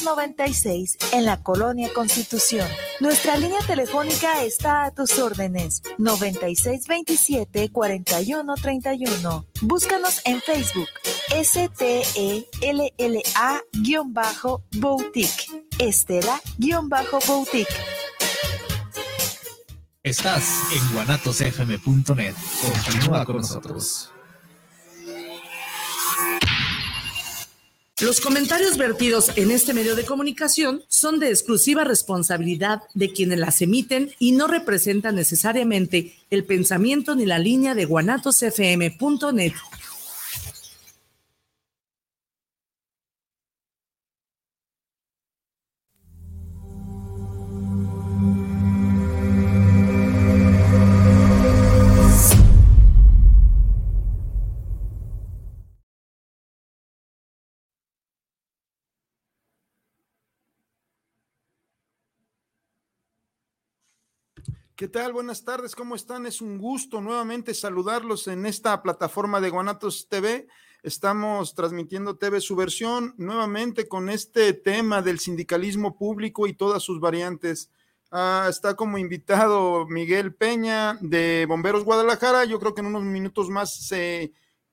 296 en la Colonia Constitución. Nuestra línea telefónica está a tus órdenes, 9627-4131. Búscanos en Facebook, STELLA-Boutique, Estela-Boutique. Estás en guanatosfm.net. Continúa con nosotros. Los comentarios vertidos en este medio de comunicación son de exclusiva responsabilidad de quienes las emiten y no representan necesariamente el pensamiento ni la línea de guanatosfm.net. ¿Qué tal? Buenas tardes, ¿cómo están? Es un gusto nuevamente saludarlos en esta plataforma de Guanatos TV. Estamos transmitiendo TV Subversión nuevamente con este tema del sindicalismo público y todas sus variantes. Está como invitado Miguel Peña de Bomberos Guadalajara. Yo creo que en unos minutos más se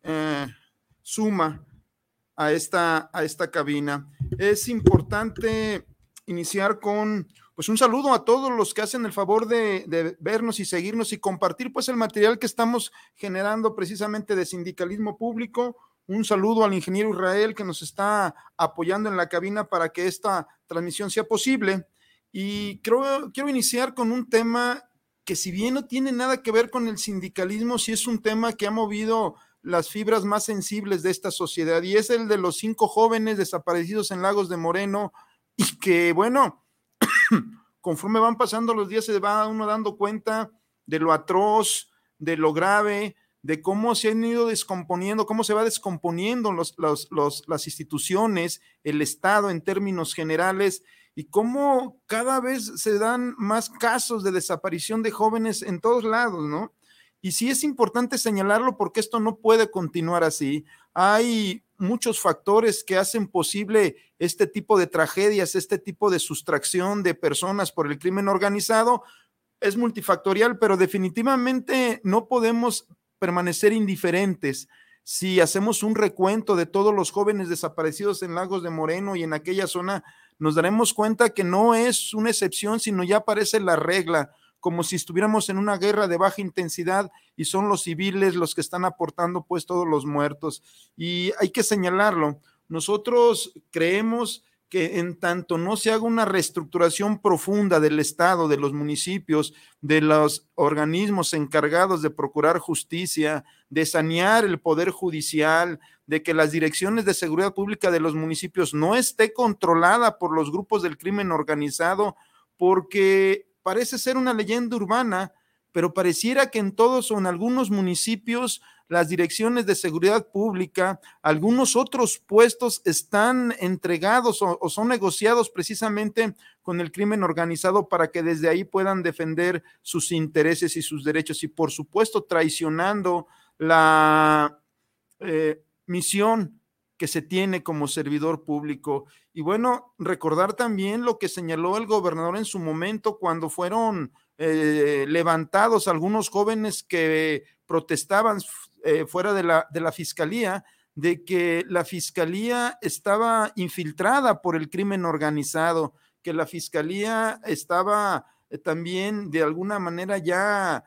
suma a esta cabina. Es importante iniciar con pues un saludo a todos los que hacen el favor de vernos y seguirnos y compartir pues el material que estamos generando precisamente de sindicalismo público. Un saludo al ingeniero Israel que nos está apoyando en la cabina para que esta transmisión sea posible. Y quiero iniciar con un tema que, si bien no tiene nada que ver con el sindicalismo, sí es un tema que ha movido las fibras más sensibles de esta sociedad, y es el de los 5 jóvenes desaparecidos en Lagos de Moreno, y que bueno, conforme van pasando los días se va uno dando cuenta de lo atroz, de lo grave, de cómo se han ido descomponiendo, cómo se va descomponiendo las instituciones, el Estado en términos generales, y cómo cada vez se dan más casos de desaparición de jóvenes en todos lados, ¿no? Y sí es importante señalarlo porque esto no puede continuar así. Hay muchos factores que hacen posible este tipo de tragedias, este tipo de sustracción de personas por el crimen organizado. Es multifactorial, pero definitivamente no podemos permanecer indiferentes. Si hacemos un recuento de todos los jóvenes desaparecidos en Lagos de Moreno y en aquella zona, nos daremos cuenta que no es una excepción, sino ya parece la regla, como si estuviéramos en una guerra de baja intensidad y son los civiles los que están aportando pues todos los muertos. Y hay que señalarlo, nosotros creemos que en tanto no se haga una reestructuración profunda del Estado, de los municipios, de los organismos encargados de procurar justicia, de sanear el poder judicial, de que las direcciones de seguridad pública de los municipios no esté controlada por los grupos del crimen organizado, porque parece ser una leyenda urbana, pero pareciera que en todos o en algunos municipios las direcciones de seguridad pública, algunos otros puestos están entregados o son negociados precisamente con el crimen organizado para que desde ahí puedan defender sus intereses y sus derechos, y por supuesto traicionando la misión que se tiene como servidor público. Y bueno, recordar también lo que señaló el gobernador en su momento cuando fueron levantados algunos jóvenes que protestaban fuera de la fiscalía, de que la fiscalía estaba infiltrada por el crimen organizado, que la fiscalía estaba también de alguna manera ya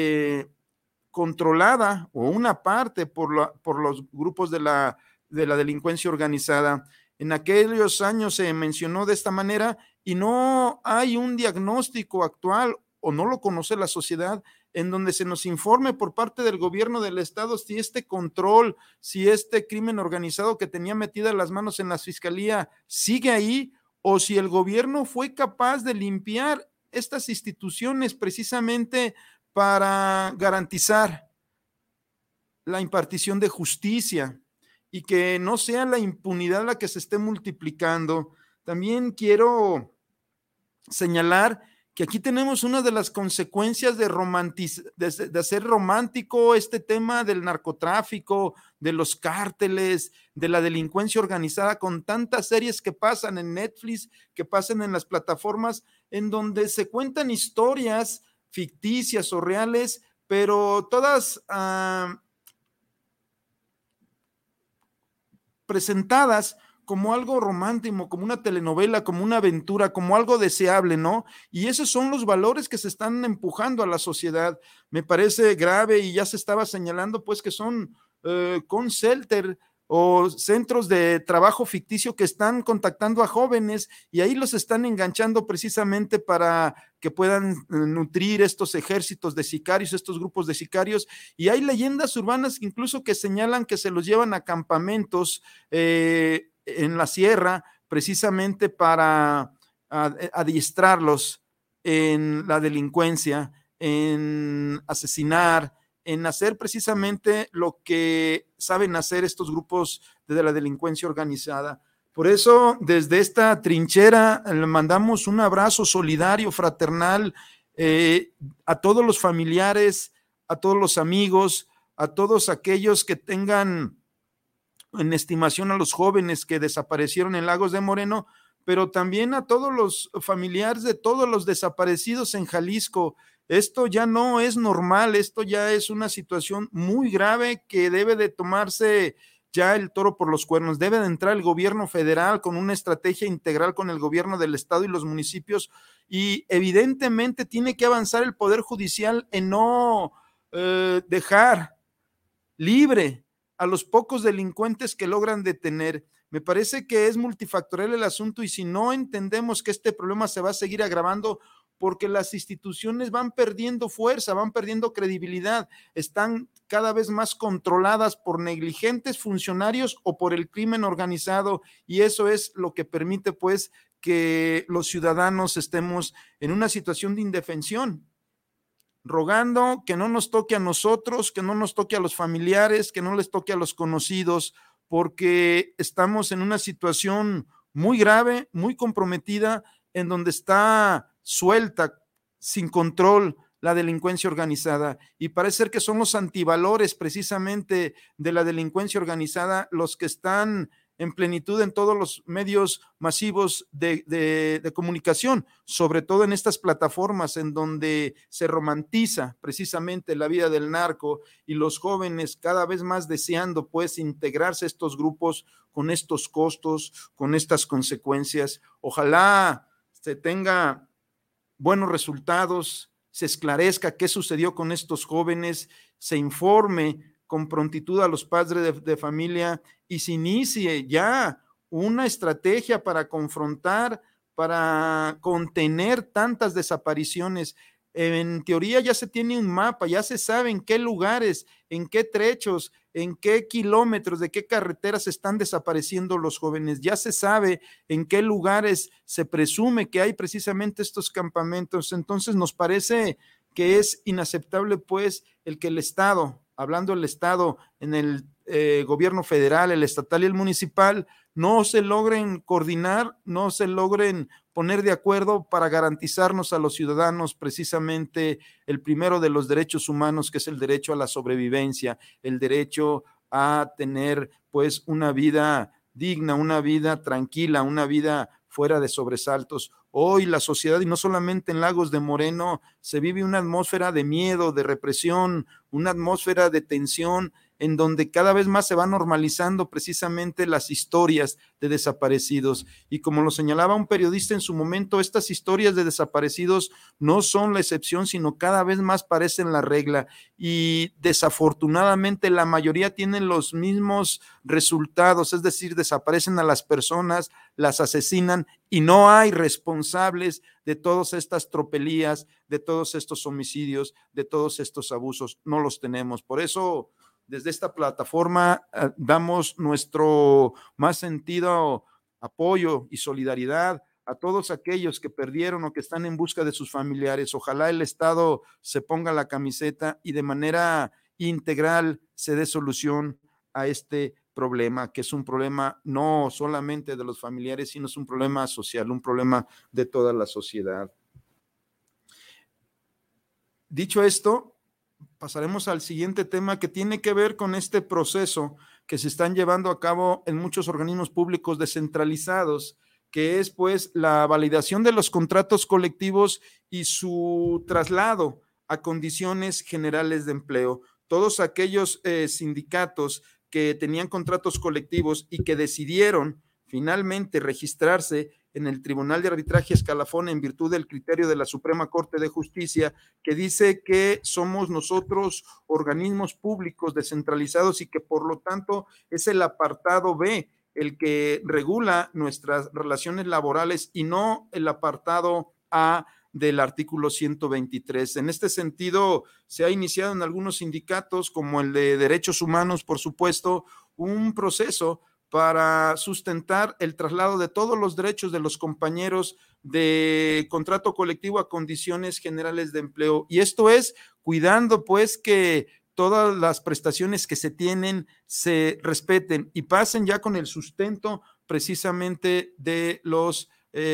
controlada, o una parte por los grupos de la delincuencia organizada. En aquellos años se mencionó de esta manera y no hay un diagnóstico actual, o no lo conoce la sociedad, en donde se nos informe por parte del gobierno del estado si este control, si este crimen organizado que tenía metidas las manos en la fiscalía sigue ahí, o si el gobierno fue capaz de limpiar estas instituciones precisamente para garantizar la impartición de justicia y que no sea la impunidad la que se esté multiplicando. También quiero señalar que aquí tenemos una de las consecuencias de hacer romántico este tema del narcotráfico, de los cárteles, de la delincuencia organizada, con tantas series que pasan en Netflix, que pasan en las plataformas, en donde se cuentan historias ficticias o reales, pero todas presentadas como algo romántico, como una telenovela, como una aventura, como algo deseable, ¿no? Y esos son los valores que se están empujando a la sociedad. Me parece grave, y ya se estaba señalando pues que son call center o centros de trabajo ficticio que están contactando a jóvenes y ahí los están enganchando precisamente para que puedan nutrir estos ejércitos de sicarios, estos grupos de sicarios, y hay leyendas urbanas incluso que señalan que se los llevan a campamentos en la sierra precisamente para adiestrarlos en la delincuencia, en asesinar, en hacer precisamente lo que saben hacer estos grupos de la delincuencia organizada. Por eso, desde esta trinchera, le mandamos un abrazo solidario, fraternal, a todos los familiares, a todos los amigos, a todos aquellos que tengan en estimación a los jóvenes que desaparecieron en Lagos de Moreno, pero también a todos los familiares de todos los desaparecidos en Jalisco. Esto ya no es normal, esto ya es una situación muy grave que debe de tomarse ya el toro por los cuernos. Debe de entrar el gobierno federal con una estrategia integral con el gobierno del estado y los municipios, y evidentemente tiene que avanzar el Poder Judicial en no dejar libre a los pocos delincuentes que logran detener. Me parece que es multifactorial el asunto, y si no entendemos que este problema se va a seguir agravando, porque las instituciones van perdiendo fuerza, van perdiendo credibilidad, están cada vez más controladas por negligentes funcionarios o por el crimen organizado, y eso es lo que permite pues que los ciudadanos estemos en una situación de indefensión, rogando que no nos toque a nosotros, que no nos toque a los familiares, que no les toque a los conocidos, porque estamos en una situación muy grave, muy comprometida, en donde está suelta, sin control, la delincuencia organizada, y parece ser que son los antivalores precisamente de la delincuencia organizada los que están en plenitud en todos los medios masivos de comunicación, sobre todo en estas plataformas en donde se romantiza precisamente la vida del narco, y los jóvenes cada vez más deseando pues integrarse a estos grupos con estos costos, con estas consecuencias. Ojalá se tenga buenos resultados, se esclarezca qué sucedió con estos jóvenes, se informe con prontitud a los padres de familia y se inicie ya una estrategia para confrontar, para contener tantas desapariciones. En teoría ya se tiene un mapa, ya se sabe en qué lugares, en qué trechos, en qué kilómetros, de qué carreteras están desapareciendo los jóvenes, ya se sabe en qué lugares se presume que hay precisamente estos campamentos. Entonces nos parece que es inaceptable pues el que el Estado, hablando del Estado, en el gobierno federal, el estatal y el municipal, no se logren coordinar, no se logren poner de acuerdo para garantizarnos a los ciudadanos precisamente el primero de los derechos humanos, que es el derecho a la sobrevivencia, el derecho a tener pues una vida digna, una vida tranquila, una vida fuera de sobresaltos. Hoy la sociedad, y no solamente en Lagos de Moreno, se vive una atmósfera de miedo, de represión, una atmósfera de tensión, en donde cada vez más se van normalizando precisamente las historias de desaparecidos. Y como lo señalaba un periodista en su momento, estas historias de desaparecidos no son la excepción, sino cada vez más parecen la regla. Y desafortunadamente la mayoría tienen los mismos resultados, es decir, desaparecen a las personas, las asesinan y no hay responsables de todas estas tropelías, de todos estos homicidios, de todos estos abusos. No los tenemos. Por eso, desde esta plataforma damos nuestro más sentido apoyo y solidaridad a todos aquellos que perdieron o que están en busca de sus familiares. Ojalá el Estado se ponga la camiseta y de manera integral se dé solución a este problema, que es un problema no solamente de los familiares, sino es un problema social, un problema de toda la sociedad. dicho esto, pasaremos al siguiente tema que tiene que ver con este proceso que se están llevando a cabo en muchos organismos públicos descentralizados, que es pues la validación de los contratos colectivos y su traslado a condiciones generales de empleo. Todos aquellos sindicatos que tenían contratos colectivos y que decidieron finalmente registrarse en el Tribunal de Arbitraje Escalafón en virtud del criterio de la Suprema Corte de Justicia, que dice que somos nosotros organismos públicos descentralizados y que por lo tanto es el apartado B el que regula nuestras relaciones laborales y no el apartado A del artículo 123. En este sentido, se ha iniciado en algunos sindicatos, como el de Derechos Humanos, por supuesto, un proceso para sustentar el traslado de todos los derechos de los compañeros de contrato colectivo a condiciones generales de empleo. Y esto es cuidando pues que todas las prestaciones que se tienen se respeten y pasen ya con el sustento precisamente de los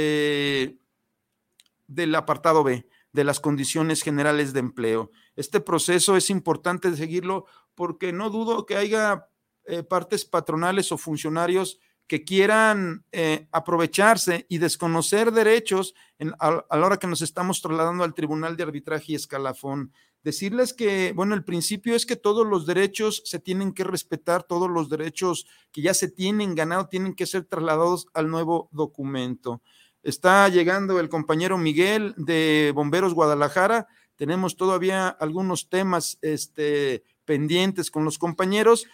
del apartado B, de las condiciones generales de empleo. Este proceso es importante seguirlo porque no dudo que haya partes patronales o funcionarios que quieran aprovecharse y desconocer derechos a la hora que nos estamos trasladando al Tribunal de Arbitraje y Escalafón. Decirles que, bueno, el principio es que todos los derechos se tienen que respetar, todos los derechos que ya se tienen ganado tienen que ser trasladados al nuevo documento. Está llegando el compañero Miguel de Bomberos Guadalajara. Tenemos todavía algunos temas pendientes con los compañeros,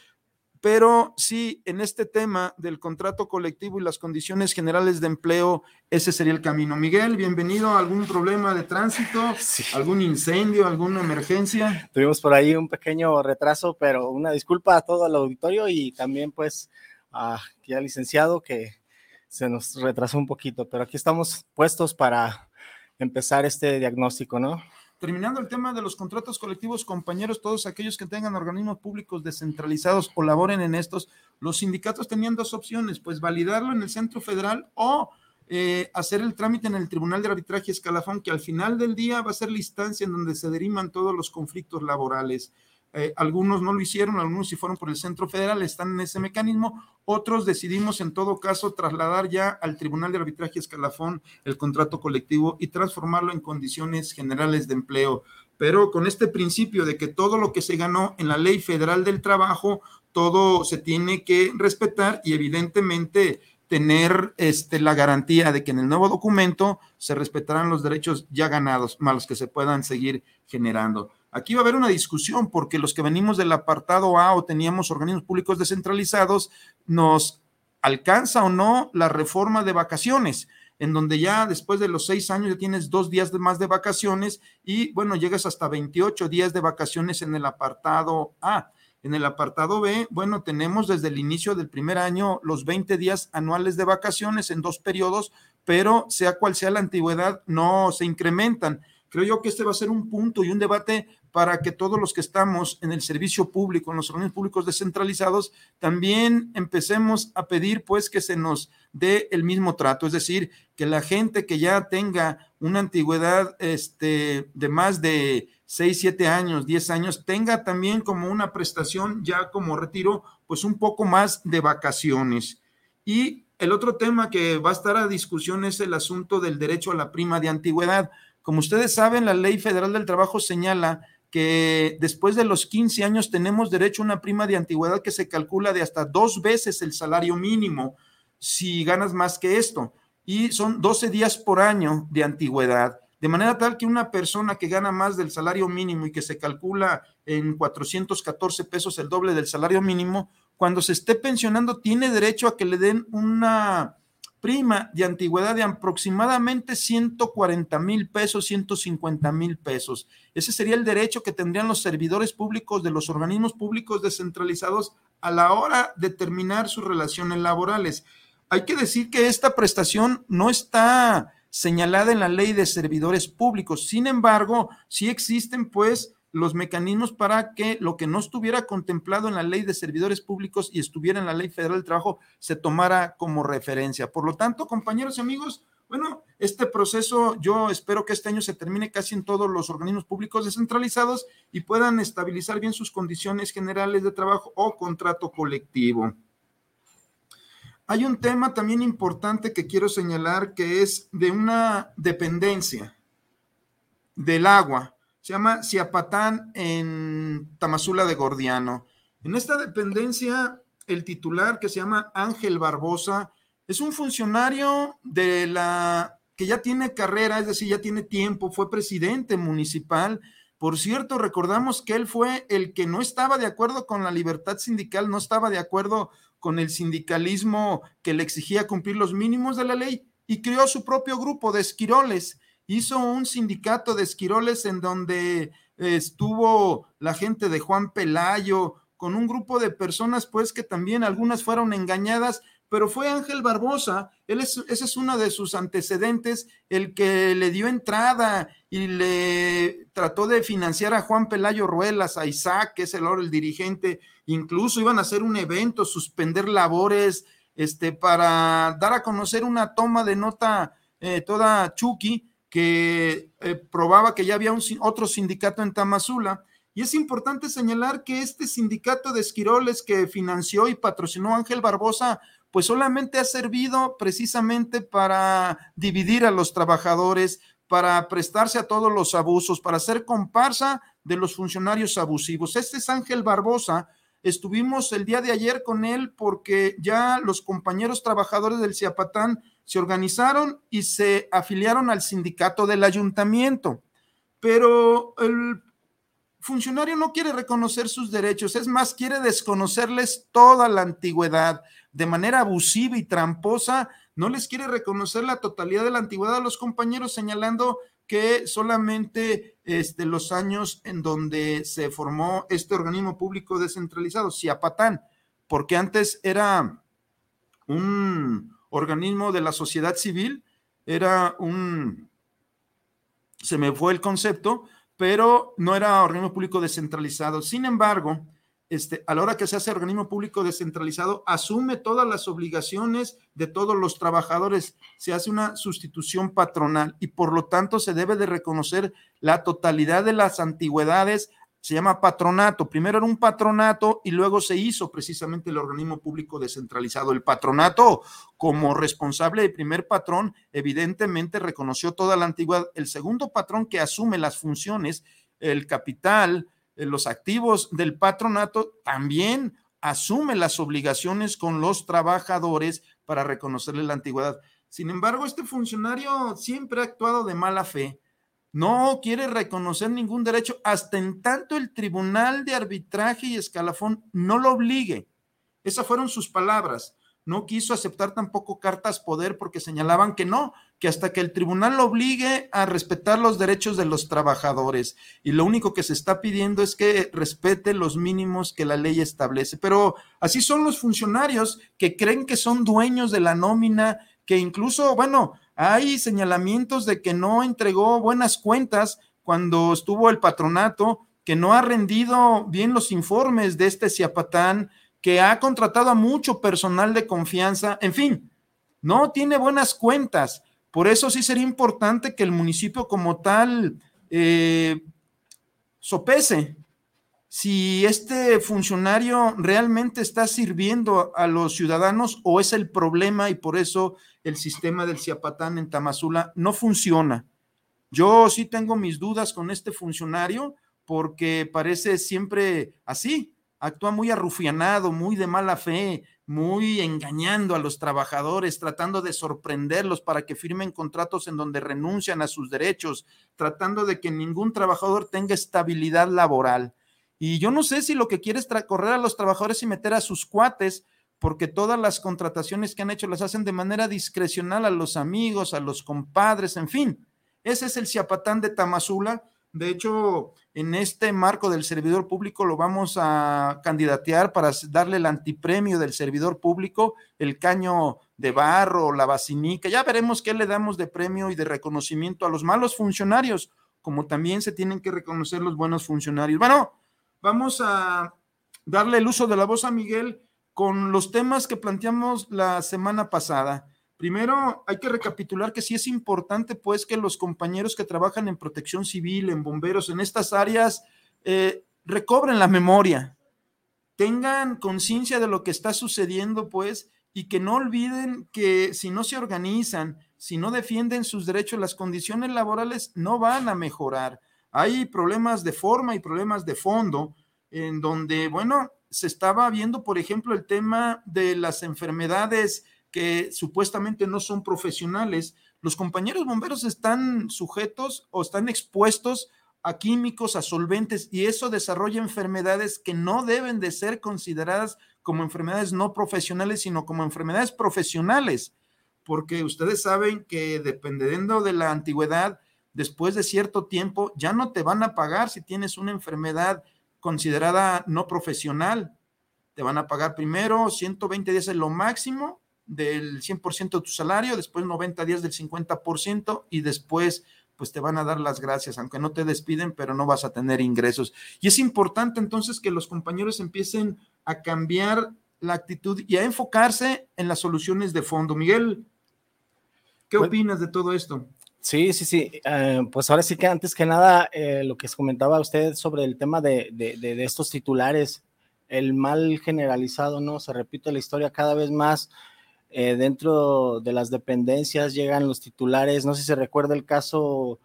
pero sí, en este tema del contrato colectivo y las condiciones generales de empleo, ese sería el camino. Miguel, bienvenido. ¿Algún problema de tránsito? Sí. ¿Algún incendio? ¿Alguna emergencia? Tuvimos por ahí un pequeño retraso, pero una disculpa a todo el auditorio y también pues aquí al licenciado que se nos retrasó un poquito, pero aquí estamos puestos para empezar este diagnóstico, ¿no? Terminando el tema de los contratos colectivos, compañeros, todos aquellos que tengan organismos públicos descentralizados o laboren en estos, los sindicatos tenían dos opciones, pues validarlo en el Centro Federal o hacer el trámite en el Tribunal de Arbitraje Escalafón, que al final del día va a ser la instancia en donde se derivan todos los conflictos laborales. Algunos no lo hicieron, algunos sí fueron por el Centro Federal, están en ese mecanismo, otros decidimos en todo caso trasladar ya al Tribunal de Arbitraje Escalafón el contrato colectivo y transformarlo en condiciones generales de empleo, pero con este principio de que todo lo que se ganó en la Ley Federal del Trabajo, todo se tiene que respetar y evidentemente tener la garantía de que en el nuevo documento se respetarán los derechos ya ganados, más los que se puedan seguir generando. Aquí va a haber una discusión porque los que venimos del apartado A o teníamos organismos públicos descentralizados, ¿nos alcanza o no la reforma de vacaciones? En donde ya después de los 6 años ya tienes 2 días más de vacaciones y bueno, llegas hasta 28 días de vacaciones en el apartado A. En el apartado B, bueno, tenemos desde el inicio del primer año los 20 días anuales de vacaciones en 2 periodos, pero sea cual sea la antigüedad, no se incrementan. Creo yo que este va a ser un punto y un debate para que todos los que estamos en el servicio público, en los organismos públicos descentralizados, también empecemos a pedir pues que se nos dé el mismo trato, es decir, que la gente que ya tenga una antigüedad de más de 6, 7 años, 10 años, tenga también como una prestación ya como retiro, pues un poco más de vacaciones. Y el otro tema que va a estar a discusión es el asunto del derecho a la prima de antigüedad. Como ustedes saben, la Ley Federal del Trabajo señala que después de los 15 años tenemos derecho a una prima de antigüedad que se calcula de hasta 2 veces el salario mínimo si ganas más que esto, y son 12 días por año de antigüedad, de manera tal que una persona que gana más del salario mínimo y que se calcula en 414 pesos, el doble del salario mínimo, cuando se esté pensionando tiene derecho a que le den una prima de antigüedad de aproximadamente 140,000 pesos, 150,000 pesos. Ese sería el derecho que tendrían los servidores públicos de los organismos públicos descentralizados a la hora de terminar sus relaciones laborales. Hay que decir que esta prestación no está señalada en la Ley de Servidores Públicos, sin embargo, sí existen pues los mecanismos para que lo que no estuviera contemplado en la Ley de Servidores Públicos y estuviera en la Ley Federal del Trabajo se tomara como referencia. Por lo tanto, compañeros y amigos, bueno, Este proceso yo espero que este año se termine casi en todos los organismos públicos descentralizados y puedan estabilizar bien sus condiciones generales de trabajo o contrato colectivo. Hay un tema también importante que quiero señalar, que es de una dependencia del agua. Se llama Ciapatán en Tamazula de Gordiano. En esta dependencia, el titular, que se llama Ángel Barbosa, es un funcionario que ya tiene carrera, es decir, ya tiene tiempo, fue presidente municipal. Por cierto, recordamos que él fue el que no estaba de acuerdo con la libertad sindical, no estaba de acuerdo con el sindicalismo que le exigía cumplir los mínimos de la ley, y creó su propio grupo de esquiroles. Hizo un sindicato de esquiroles en donde estuvo la gente de Juan Pelayo, con un grupo de personas pues que también algunas fueron engañadas, pero fue Ángel Barbosa, ese es uno de sus antecedentes, el que le dio entrada y le trató de financiar a Juan Pelayo Ruelas, a Isaac, que es el dirigente. Incluso iban a hacer un evento, suspender labores, para dar a conocer una toma de nota toda chuki, que probaba que ya había otro sindicato en Tamazula. Y es importante señalar que este sindicato de esquiroles que financió y patrocinó Ángel Barbosa, pues solamente ha servido precisamente para dividir a los trabajadores, para prestarse a todos los abusos, para hacer comparsa de los funcionarios abusivos. Este es Ángel Barbosa. Estuvimos el día de ayer con él porque ya los compañeros trabajadores del Ciapatán se organizaron y se afiliaron al sindicato del ayuntamiento, pero el funcionario no quiere reconocer sus derechos, es más, quiere desconocerles toda la antigüedad de manera abusiva y tramposa. No les quiere reconocer la totalidad de la antigüedad a los compañeros, señalando que solamente los años en donde se formó este organismo público descentralizado, Ciapatán, porque antes era un organismo de la sociedad civil, se me fue el concepto, pero no era organismo público descentralizado. Sin embargo, a la hora que se hace organismo público descentralizado, asume todas las obligaciones de todos los trabajadores, se hace una sustitución patronal y por lo tanto se debe de reconocer la totalidad de las antigüedades. Se llama patronato, primero era un patronato y luego se hizo precisamente el organismo público descentralizado. El patronato, como responsable de primer patrón, evidentemente reconoció toda la antigüedad. El segundo patrón, que asume las funciones, el capital, los activos del patronato, también asume las obligaciones con los trabajadores para reconocerle la antigüedad. Sin embargo, este funcionario siempre ha actuado de mala fe. No quiere reconocer ningún derecho hasta en tanto el Tribunal de Arbitraje y Escalafón no lo obligue. Esas fueron sus palabras. No quiso aceptar tampoco cartas poder porque señalaban que no, que hasta que el tribunal lo obligue a respetar los derechos de los trabajadores. Y lo único que se está pidiendo es que respete los mínimos que la ley establece. Pero así son los funcionarios que creen que son dueños de la nómina, que incluso, bueno, hay señalamientos de que no entregó buenas cuentas cuando estuvo el patronato, que no ha rendido bien los informes de este Ciapatán, que ha contratado a mucho personal de confianza, en fin, no tiene buenas cuentas. Por eso sí sería importante que el municipio como tal sopese si este funcionario realmente está sirviendo a los ciudadanos o es el problema y por eso el sistema del Ciapatán en Tamazula no funciona. Yo sí tengo mis dudas con este funcionario porque parece siempre así, actúa muy arrufianado, muy de mala fe, muy engañando a los trabajadores, tratando de sorprenderlos para que firmen contratos en donde renuncian a sus derechos, tratando de que ningún trabajador tenga estabilidad laboral. Y yo no sé si lo que quiere es correr a los trabajadores y meter a sus cuates, porque todas las contrataciones que han hecho las hacen de manera discrecional a los amigos, a los compadres, en fin. Ese es el Ciapatán de Tamazula. De hecho, en este marco del servidor público lo vamos a candidatear para darle el antipremio del servidor público, el caño de barro, la vacinica. Ya veremos qué le damos de premio y de reconocimiento a los malos funcionarios, como también se tienen que reconocer los buenos funcionarios. Bueno, vamos a darle el uso de la voz a Miguel con los temas que planteamos la semana pasada. Primero, hay que recapitular que sí es importante, pues, que los compañeros que trabajan en protección civil, en bomberos, en estas áreas, recobren la memoria, tengan conciencia de lo que está sucediendo, pues, y que no olviden que si no se organizan, si no defienden sus derechos, las condiciones laborales no van a mejorar. Hay problemas de forma y problemas de fondo, en donde, bueno, se estaba viendo, por ejemplo, el tema de las enfermedades que supuestamente no son profesionales. Los compañeros bomberos están sujetos o están expuestos a químicos, a solventes, y eso desarrolla enfermedades que no deben de ser consideradas como enfermedades no profesionales, sino como enfermedades profesionales, porque ustedes saben que dependiendo de la antigüedad, después de cierto tiempo, ya no te van a pagar si tienes una enfermedad considerada no profesional. Te van a pagar primero 120 días en lo máximo del 100% de tu salario, después 90 días del 50% y después pues te van a dar las gracias, aunque no te despiden, pero no vas a tener ingresos. Y es importante entonces que los compañeros empiecen a cambiar la actitud y a enfocarse en las soluciones de fondo. Miguel, ¿qué opinas de todo esto? Sí. Pues ahora sí que antes que nada, lo que comentaba usted sobre el tema de estos titulares, el mal generalizado, ¿no? Se repite la historia cada vez más. Dentro de las dependencias llegan los titulares, no sé si se recuerda el caso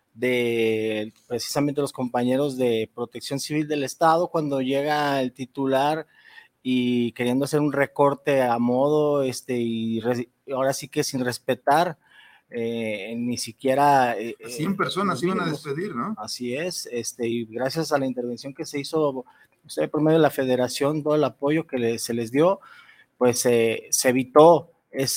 de precisamente los compañeros de Protección Civil del Estado, cuando llega el titular y queriendo hacer un recorte a modo, y ahora sí que sin respetar ni siquiera 100 personas iban a despedir, ¿no? Así es, y gracias a la intervención que se hizo por medio de la federación, todo el apoyo que se les dio, pues se evitó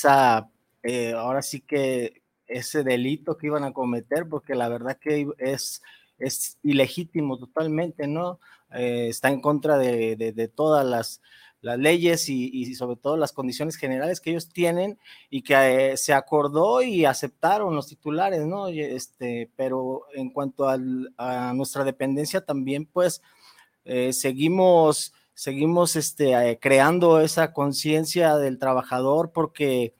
ahora sí que ese delito que iban a cometer, porque la verdad que es ilegítimo totalmente, ¿no? Está en contra de todas las leyes y sobre todo las condiciones generales que ellos tienen y que se acordó y aceptaron los titulares, ¿no? Pero en cuanto a nuestra dependencia también, pues seguimos creando esa conciencia del trabajador, porque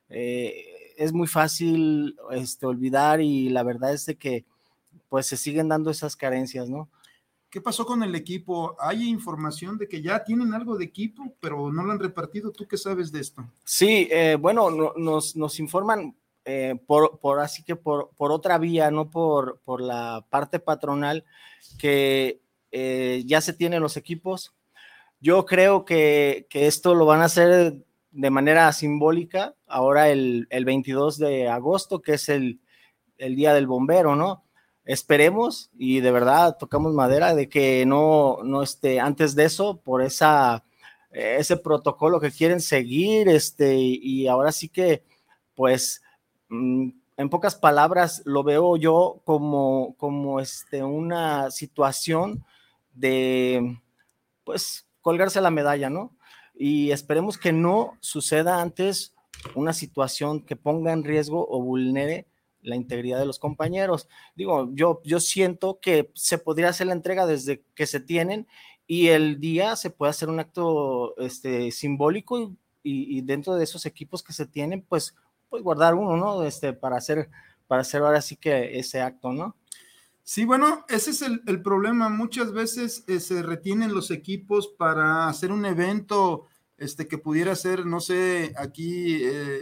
es muy fácil olvidar, y la verdad es de que pues se siguen dando esas carencias, ¿no? ¿Qué pasó con el equipo? Hay información de que ya tienen algo de equipo, pero no lo han repartido. ¿Tú qué sabes de esto? Sí, bueno, nos informan así que por otra vía, no por la parte patronal, que ya se tienen los equipos. Yo creo que esto lo van a hacer de manera simbólica ahora el 22 de agosto, que es el Día del Bombero, ¿no? Esperemos, y de verdad tocamos madera, de que no antes de eso, por ese protocolo que quieren seguir, y ahora sí que, pues, en pocas palabras, lo veo yo como una situación de, pues, colgarse la medalla, ¿no? Y esperemos que no suceda antes una situación que ponga en riesgo o vulnere la integridad de los compañeros. Digo, yo siento que se podría hacer la entrega desde que se tienen, y el día se puede hacer un acto simbólico, y dentro de esos equipos que se tienen, pues guardar uno, ¿no? Para hacer ahora sí que ese acto, ¿no? Sí, bueno, ese es el problema. Muchas veces se retienen los equipos para hacer un evento que pudiera ser, no sé, aquí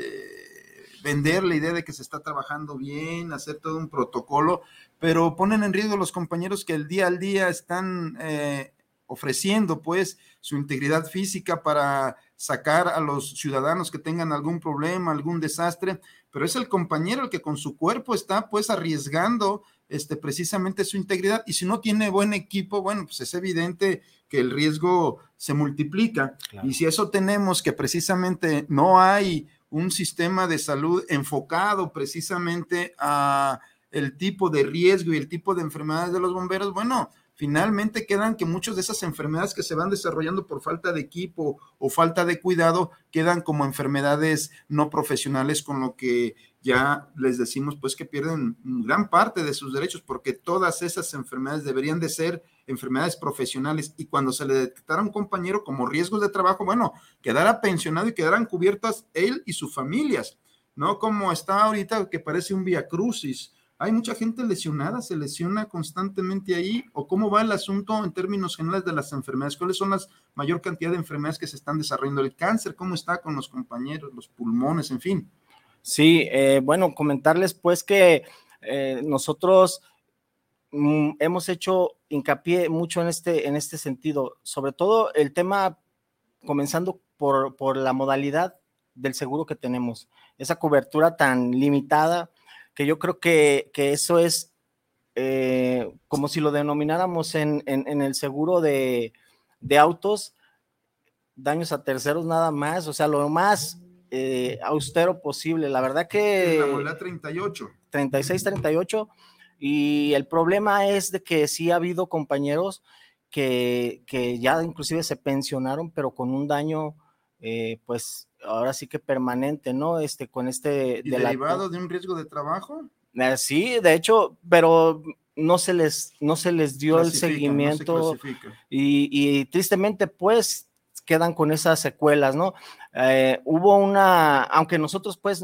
vender la idea de que se está trabajando bien, hacer todo un protocolo, pero ponen en riesgo a los compañeros que el día al día están ofreciendo pues su integridad física para sacar a los ciudadanos que tengan algún problema, algún desastre, pero es el compañero el que con su cuerpo está pues arriesgando precisamente su integridad, y si no tiene buen equipo, bueno, pues es evidente que el riesgo se multiplica. Claro. Y si eso tenemos que precisamente no hay un sistema de salud enfocado precisamente a el tipo de riesgo y el tipo de enfermedades de los bomberos, bueno, finalmente quedan que muchas de esas enfermedades que se van desarrollando por falta de equipo o falta de cuidado quedan como enfermedades no profesionales, con lo que ya les decimos pues que pierden gran parte de sus derechos, porque todas esas enfermedades deberían de ser enfermedades profesionales, y cuando se le detectara a un compañero como riesgos de trabajo, bueno, quedara pensionado y quedaran cubiertas él y sus familias. no como está ahorita que parece un vía crucis. Hay mucha gente lesionada, se lesiona constantemente ahí, o cómo va el asunto en términos generales de las enfermedades, cuáles son las mayor cantidad de enfermedades que se están desarrollando, el cáncer, cómo está con los compañeros, los pulmones, en fin. Sí, bueno, comentarles pues que nosotros hemos hecho hincapié mucho en este sentido, sobre todo el tema comenzando por la modalidad del seguro que tenemos, esa cobertura tan limitada que yo creo que eso es como si lo denomináramos en el seguro de autos, daños a terceros nada más, o sea, lo más austero posible. La verdad que... La modalidad 38. 36, 38, y el problema es de que sí ha habido compañeros que ya inclusive se pensionaron, pero con un daño, pues ahora sí que permanente, ¿no? Con ¿Y derivado de un riesgo de trabajo? Sí, de hecho, pero no se les dio el seguimiento, no se clasifica. Y tristemente, pues, quedan con esas secuelas, ¿no? Hubo aunque nosotros, pues,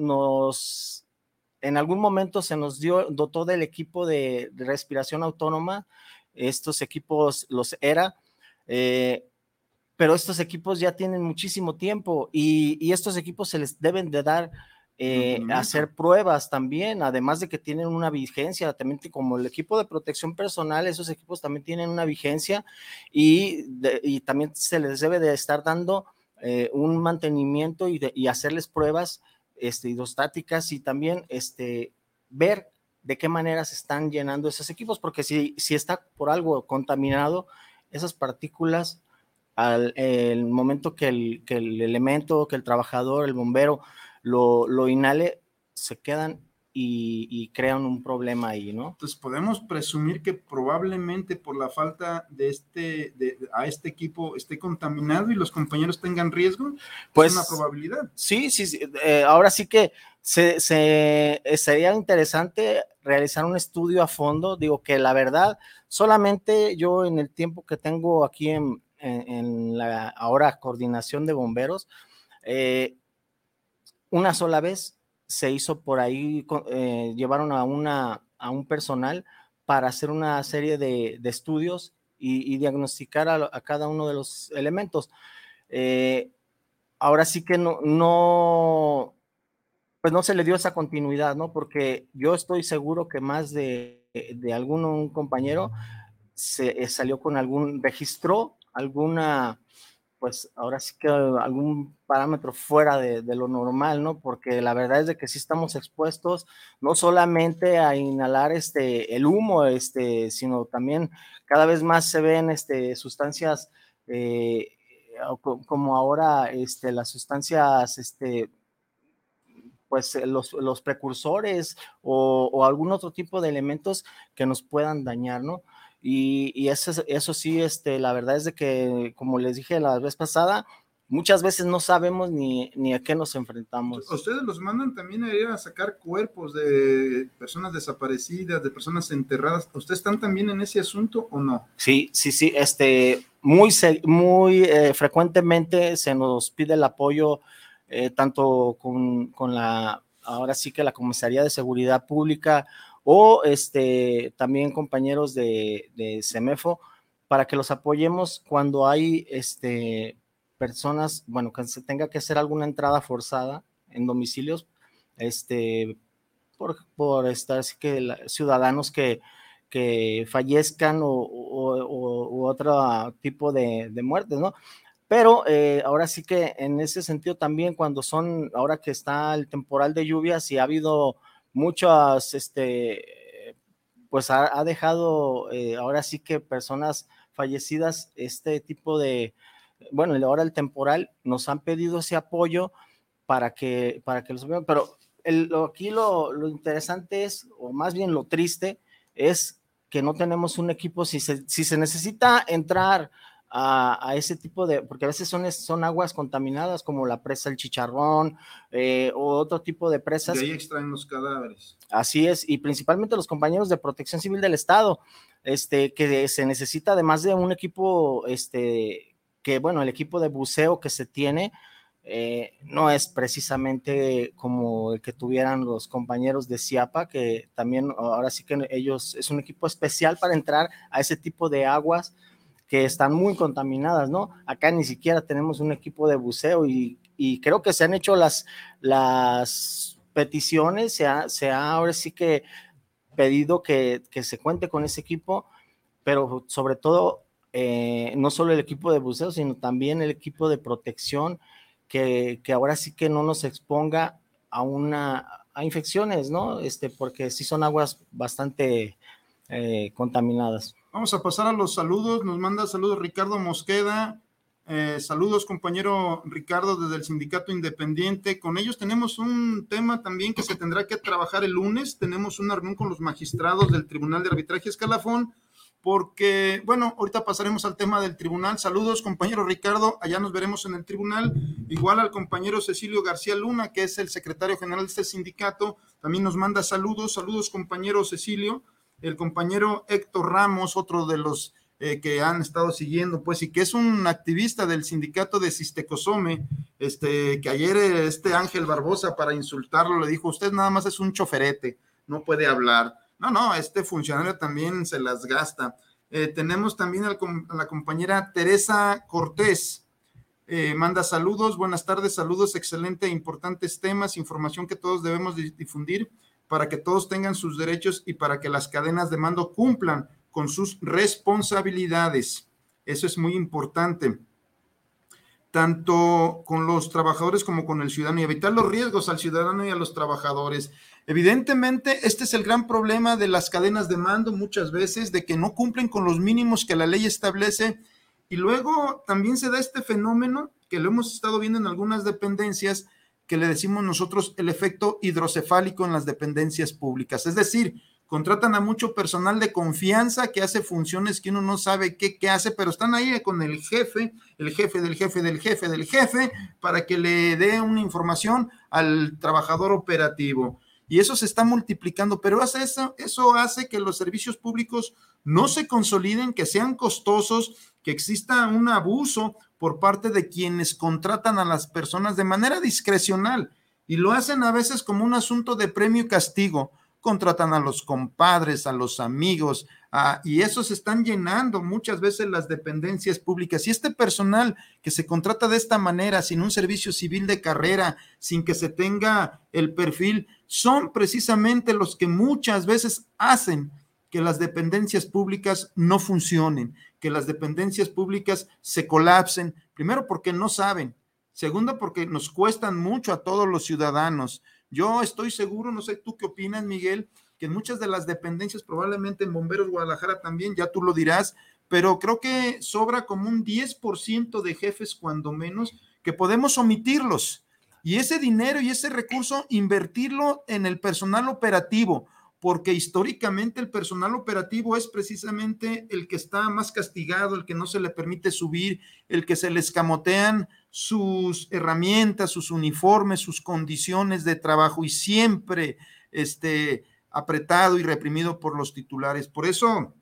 en algún momento se nos dotó del equipo de respiración autónoma, estos equipos los ERA, pero estos equipos ya tienen muchísimo tiempo y estos equipos se les deben de dar hacer pruebas también, además de que tienen una vigencia, también como el equipo de protección personal, esos equipos también tienen una vigencia y también se les debe de estar dando un mantenimiento y hacerles pruebas hidrostáticas y también ver de qué manera se están llenando esos equipos, porque si está por algo contaminado, esas partículas el momento que el elemento, que el trabajador, el bombero lo inhale, se quedan y crean un problema ahí, ¿no? Entonces podemos presumir que probablemente por la falta de a este equipo esté contaminado y los compañeros tengan riesgo. Pues es una probabilidad. Sí, ahora sí que sería interesante realizar un estudio a fondo. Digo que la verdad, solamente yo en el tiempo que tengo aquí en la ahora coordinación de bomberos, una sola vez se hizo por ahí, llevaron a un personal para hacer una serie de estudios y diagnosticar a cada uno de los elementos. Ahora sí que pues no se le dio esa continuidad, ¿no? Porque yo estoy seguro que más de un compañero salió con registró alguna, pues ahora sí que algún parámetro fuera de lo normal, ¿no? Porque la verdad es de que sí estamos expuestos no solamente a inhalar el humo, sino también cada vez más se ven sustancias como ahora las sustancias pues los precursores o algún otro tipo de elementos que nos puedan dañar, ¿no? Y eso sí, la verdad es de que, como les dije la vez pasada, muchas veces no sabemos ni a qué nos enfrentamos. ¿Ustedes los mandan también a ir a sacar cuerpos de personas desaparecidas, de personas enterradas? ¿Ustedes están también en ese asunto o no? Sí, muy frecuentemente se nos pide el apoyo tanto con ahora sí que la Comisaría de Seguridad Pública o también compañeros de CEMEFO para que los apoyemos cuando hay personas, bueno, que se tenga que hacer alguna entrada forzada en domicilios, por estar así que ciudadanos que fallezcan u otro tipo de muertes, ¿no? Pero ahora sí que en ese sentido también ahora que está el temporal de lluvias y ha habido muchas, pues ha dejado ahora sí que personas fallecidas, tipo de, bueno, ahora el temporal, nos han pedido ese apoyo para que los vean, pero aquí lo interesante es, o más bien lo triste, es que no tenemos un equipo, si se necesita entrar a ese tipo de, porque a veces son aguas contaminadas como la presa El Chicharrón o otro tipo de presas. De ahí extraen los cadáveres. Así es, y principalmente los compañeros de Protección Civil del Estado, que se necesita además de un equipo, que bueno, el equipo de buceo que se tiene, no es precisamente como el que tuvieran los compañeros de Ciapa, que también ahora sí que ellos es un equipo especial para entrar a ese tipo de aguas que están muy contaminadas, ¿no? Acá ni siquiera tenemos un equipo de buceo y creo que se han hecho las peticiones, se ha ahora sí que pedido que se cuente con ese equipo, pero sobre todo no solo el equipo de buceo, sino también el equipo de protección, que ahora sí que no nos exponga a infecciones, ¿no? Porque sí son aguas bastante contaminadas. Vamos a pasar a los saludos. Nos manda saludos Ricardo Mosqueda. Saludos, compañero Ricardo, desde el Sindicato Independiente. Con ellos tenemos un tema también que se tendrá que trabajar el lunes. Tenemos una reunión con los magistrados del Tribunal de Arbitraje Escalafón, porque, bueno, ahorita pasaremos al tema del tribunal. Saludos, compañero Ricardo, allá nos veremos en el tribunal. Igual al compañero Cecilio García Luna, que es el secretario general de este sindicato, también nos manda saludos. Saludos, compañero Cecilio. El compañero Héctor Ramos, otro de los que han estado siguiendo, pues, y que es un activista del sindicato de Cistecosome, que ayer Ángel Barbosa, para insultarlo, le dijo: usted nada más es un choferete, no puede hablar. No, este funcionario también se las gasta. Tenemos también a la compañera Teresa Cortés, manda saludos, buenas tardes, saludos, excelente, importantes temas, información que todos debemos difundir para que todos tengan sus derechos y para que las cadenas de mando cumplan con sus responsabilidades. Eso es muy importante, tanto con los trabajadores como con el ciudadano, y evitar los riesgos al ciudadano y a los trabajadores. Evidentemente, este es el gran problema de las cadenas de mando muchas veces, de que no cumplen con los mínimos que la ley establece, y luego también se da este fenómeno que lo hemos estado viendo en algunas dependencias, que le decimos nosotros el efecto hidrocefálico en las dependencias públicas, es decir, contratan a mucho personal de confianza que hace funciones que uno no sabe qué hace, pero están ahí con el jefe del jefe del jefe del jefe, para que le dé una información al trabajador operativo. Y eso se está multiplicando, pero eso hace que los servicios públicos no se consoliden, que sean costosos, que exista un abuso por parte de quienes contratan a las personas de manera discrecional, y lo hacen a veces como un asunto de premio y castigo. Contratan a los compadres, a los amigos, y eso se están llenando muchas veces las dependencias públicas. Y este personal que se contrata de esta manera, sin un servicio civil de carrera, sin que se tenga el perfil, son precisamente los que muchas veces hacen que las dependencias públicas no funcionen, que las dependencias públicas se colapsen, primero porque no saben, segundo porque nos cuestan mucho a todos los ciudadanos. Yo estoy seguro, no sé tú qué opinas, Miguel, que en muchas de las dependencias, probablemente en Bomberos Guadalajara también, ya tú lo dirás, pero creo que sobra como un 10% de jefes, cuando menos, que podemos omitirlos, y ese dinero y ese recurso invertirlo en el personal operativo, porque históricamente el personal operativo es precisamente el que está más castigado, el que no se le permite subir, el que se le escamotean sus herramientas, sus uniformes, sus condiciones de trabajo, y siempre apretado y reprimido por los titulares. Por eso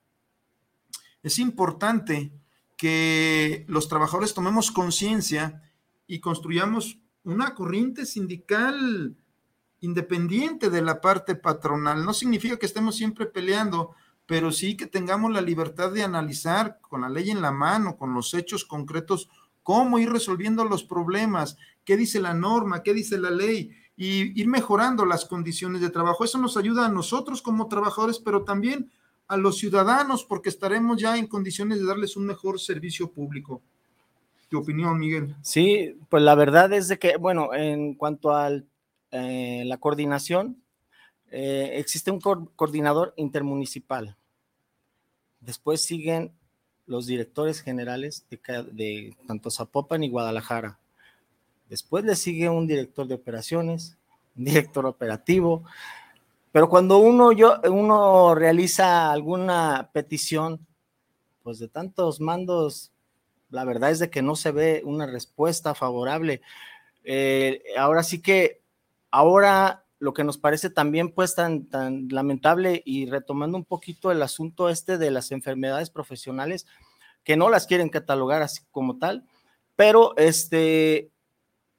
es importante que los trabajadores tomemos conciencia y construyamos una corriente sindical independiente de la parte patronal. No significa que estemos siempre peleando, pero sí que tengamos la libertad de analizar con la ley en la mano, con los hechos concretos, cómo ir resolviendo los problemas, qué dice la norma, qué dice la ley, y ir mejorando las condiciones de trabajo. Eso nos ayuda a nosotros como trabajadores, pero también a los ciudadanos, porque estaremos ya en condiciones de darles un mejor servicio público. ¿Tu opinión, Miguel? Sí, pues la verdad es de que, bueno, en cuanto a la coordinación, existe un coordinador intermunicipal. Después siguen los directores generales de tanto Zapopan y Guadalajara. Después le sigue un director de operaciones, un director operativo, pero cuando uno realiza alguna petición, pues de tantos mandos, la verdad es de que no se ve una respuesta favorable. Ahora sí que, ahora lo que nos parece también pues tan lamentable, y retomando un poquito el asunto de las enfermedades profesionales, que no las quieren catalogar así como tal, pero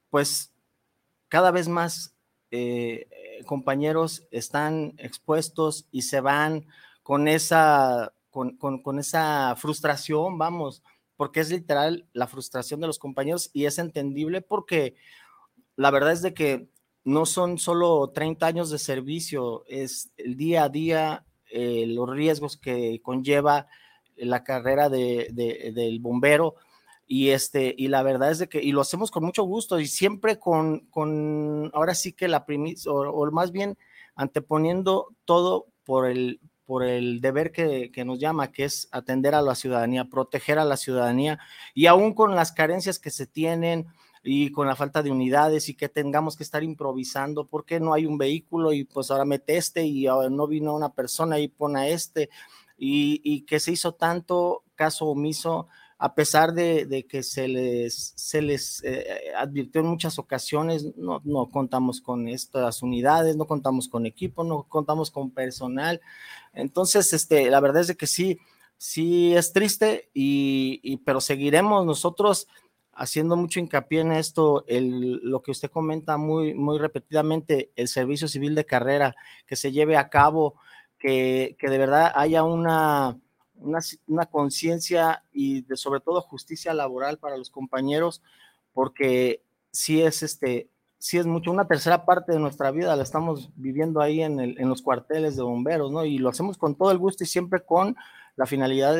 pues cada vez más compañeros están expuestos y se van con esa frustración, vamos, porque es literal la frustración de los compañeros y es entendible porque la verdad es de que no son solo 30 años de servicio, es el día a día, los riesgos que conlleva la carrera del bombero y la verdad es de que, y lo hacemos con mucho gusto y siempre con ahora sí que la primicia, o más bien anteponiendo todo por el deber que nos llama, que es atender a la ciudadanía, proteger a la ciudadanía, y aún con las carencias que se tienen y con la falta de unidades y que tengamos que estar improvisando porque no hay un vehículo y pues ahora mete y no vino una persona y pone a y que se hizo tanto caso omiso a pesar de que se les advirtió en muchas ocasiones. No contamos con estas unidades, no contamos con equipo, no contamos con personal. Entonces, la verdad es de que sí es triste, pero seguiremos nosotros haciendo mucho hincapié en esto, lo que usted comenta muy, muy repetidamente, el servicio civil de carrera, que se lleve a cabo, que de verdad haya una conciencia y sobre todo justicia laboral para los compañeros, porque sí es mucho, una tercera parte de nuestra vida la estamos viviendo ahí en los cuarteles de bomberos, ¿no? Y lo hacemos con todo el gusto y siempre con la finalidad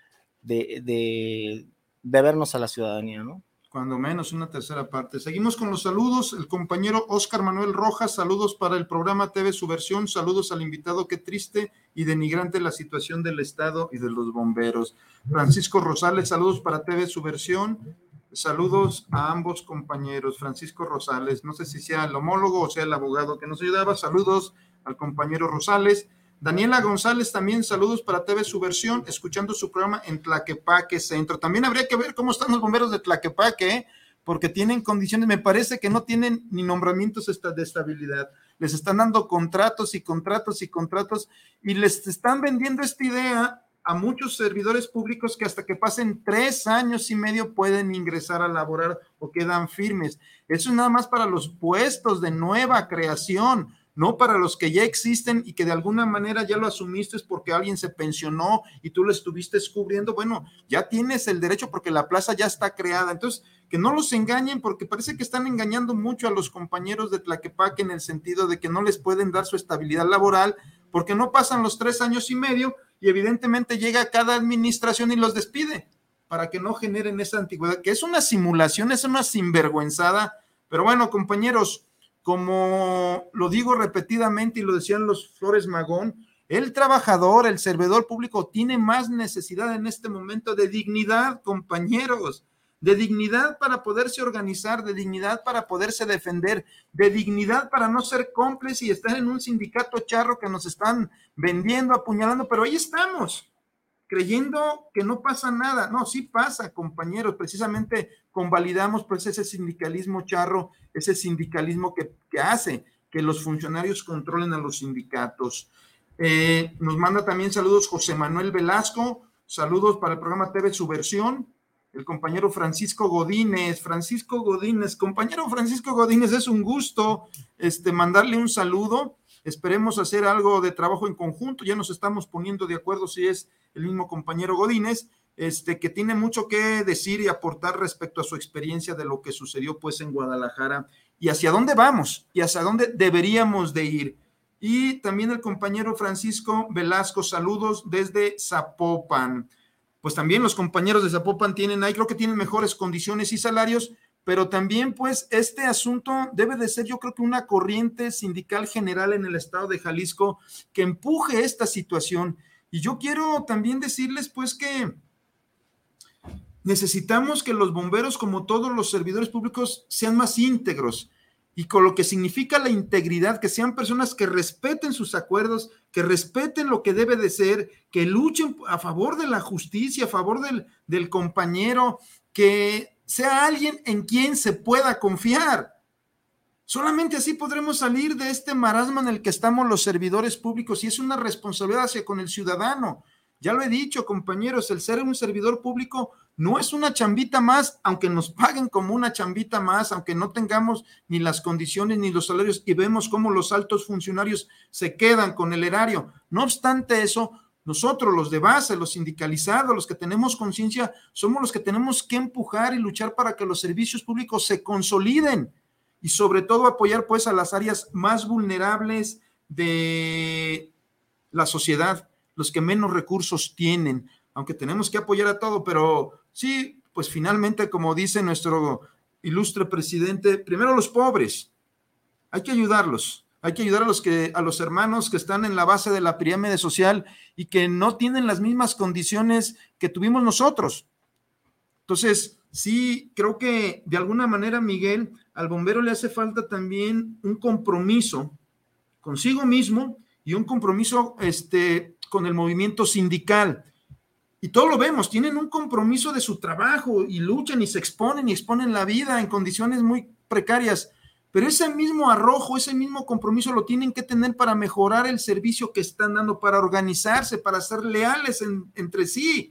de vernos a la ciudadanía, ¿no? Cuando menos una tercera parte. Seguimos con los saludos. El compañero Oscar Manuel Rojas, saludos para el programa TV Subversión, saludos al invitado, qué triste y denigrante la situación del Estado y de los bomberos. Francisco Rosales, saludos para TV Subversión, saludos a ambos compañeros. Francisco Rosales, no sé si sea el homólogo o sea el abogado que nos ayudaba, saludos al compañero Rosales. Daniela González, también saludos para TV Subversión, escuchando su programa en Tlaquepaque Centro. También habría que ver cómo están los bomberos de Tlaquepaque, porque tienen condiciones, me parece que no tienen ni nombramientos de estabilidad. Les están dando contratos y contratos y contratos y les están vendiendo esta idea a muchos servidores públicos que hasta que pasen 3 años y medio pueden ingresar a laborar o quedan firmes. Eso es nada más para los puestos de nueva creación, no para los que ya existen y que de alguna manera ya lo asumiste porque alguien se pensionó y tú lo estuviste cubriendo. Bueno, ya tienes el derecho porque la plaza ya está creada. Entonces, que no los engañen, porque parece que están engañando mucho a los compañeros de Tlaquepaque en el sentido de que no les pueden dar su estabilidad laboral porque no pasan los 3 años y medio y evidentemente llega cada administración y los despide para que no generen esa antigüedad, que es una simulación, es una sinvergüenzada. Pero bueno, compañeros, como lo digo repetidamente y lo decían los Flores Magón, el trabajador, el servidor público tiene más necesidad en este momento de dignidad, compañeros, de dignidad para poderse organizar, de dignidad para poderse defender, de dignidad para no ser cómplice y estar en un sindicato charro que nos están vendiendo, apuñalando, pero ahí estamos, creyendo que no pasa nada. No, sí pasa, compañeros, precisamente convalidamos pues ese sindicalismo charro, ese sindicalismo que hace que los funcionarios controlen a los sindicatos. Nos manda también saludos José Manuel Velasco, saludos para el programa TV Subversión, el compañero Francisco Godínez, compañero Francisco Godínez, es un gusto mandarle un saludo. Esperemos hacer algo de trabajo en conjunto, ya nos estamos poniendo de acuerdo si es el mismo compañero Godínez, que tiene mucho que decir y aportar respecto a su experiencia de lo que sucedió pues en Guadalajara y hacia dónde vamos y hacia dónde deberíamos de ir. Y también el compañero Francisco Velasco, saludos desde Zapopan. Pues también los compañeros de Zapopan creo que tienen mejores condiciones y salarios, pero también pues este asunto debe de ser, yo creo que una corriente sindical general en el estado de Jalisco que empuje esta situación. Y yo quiero también decirles pues que necesitamos que los bomberos, como todos los servidores públicos, sean más íntegros, y con lo que significa la integridad, que sean personas que respeten sus acuerdos, que respeten lo que debe de ser, que luchen a favor de la justicia, a favor del compañero, que sea alguien en quien se pueda confiar. Solamente así podremos salir de este marasmo en el que estamos los servidores públicos, y es una responsabilidad hacia con el ciudadano. Ya lo he dicho, compañeros, el ser un servidor público no es una chambita más, aunque nos paguen como una chambita más, aunque no tengamos ni las condiciones ni los salarios, y vemos cómo los altos funcionarios se quedan con el erario. No obstante eso, nosotros, los de base, los sindicalizados, los que tenemos conciencia, somos los que tenemos que empujar y luchar para que los servicios públicos se consoliden y sobre todo apoyar pues a las áreas más vulnerables de la sociedad, los que menos recursos tienen, aunque tenemos que apoyar a todo, pero sí, pues finalmente, como dice nuestro ilustre presidente, primero los pobres, hay que ayudarlos. Hay que ayudar a los hermanos que están en la base de la pirámide social y que no tienen las mismas condiciones que tuvimos nosotros. Entonces, sí, creo que de alguna manera, Miguel, al bombero le hace falta también un compromiso consigo mismo y un compromiso con el movimiento sindical. Y todo lo vemos, tienen un compromiso de su trabajo y luchan y se exponen y exponen la vida en condiciones muy precarias. Pero ese mismo arrojo, ese mismo compromiso lo tienen que tener para mejorar el servicio que están dando, para organizarse, para ser leales entre sí.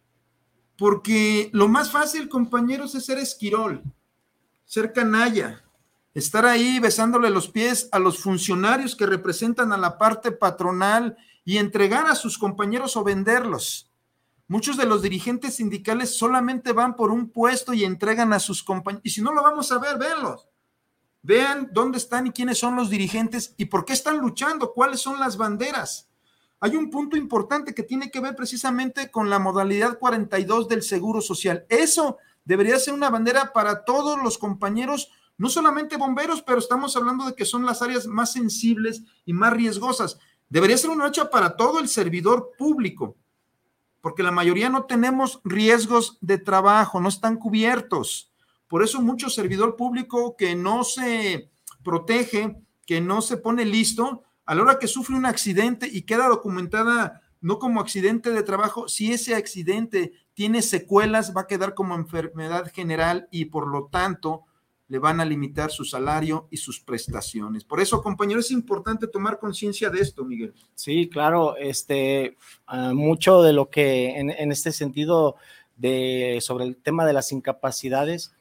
Porque lo más fácil, compañeros, es ser esquirol, ser canalla, estar ahí besándole los pies a los funcionarios que representan a la parte patronal y entregar a sus compañeros o venderlos. Muchos de los dirigentes sindicales solamente van por un puesto y entregan a sus compañeros. Y si no lo vamos a ver, véanlos. Vean dónde están y quiénes son los dirigentes y por qué están luchando, cuáles son las banderas. Hay un punto importante que tiene que ver precisamente con la modalidad 42 del Seguro Social. Eso debería ser una bandera para todos los compañeros, no solamente bomberos, pero estamos hablando de que son las áreas más sensibles y más riesgosas. Debería ser una lucha para todo el servidor público, porque la mayoría no tenemos riesgos de trabajo, no están cubiertos. Por eso mucho servidor público que no se protege, que no se pone listo, a la hora que sufre un accidente y queda documentada no como accidente de trabajo, si ese accidente tiene secuelas, va a quedar como enfermedad general y por lo tanto le van a limitar su salario y sus prestaciones. Por eso, compañeros, es importante tomar conciencia de esto, Miguel. Sí, claro, mucho de lo que en este sentido sobre el tema de las incapacidades,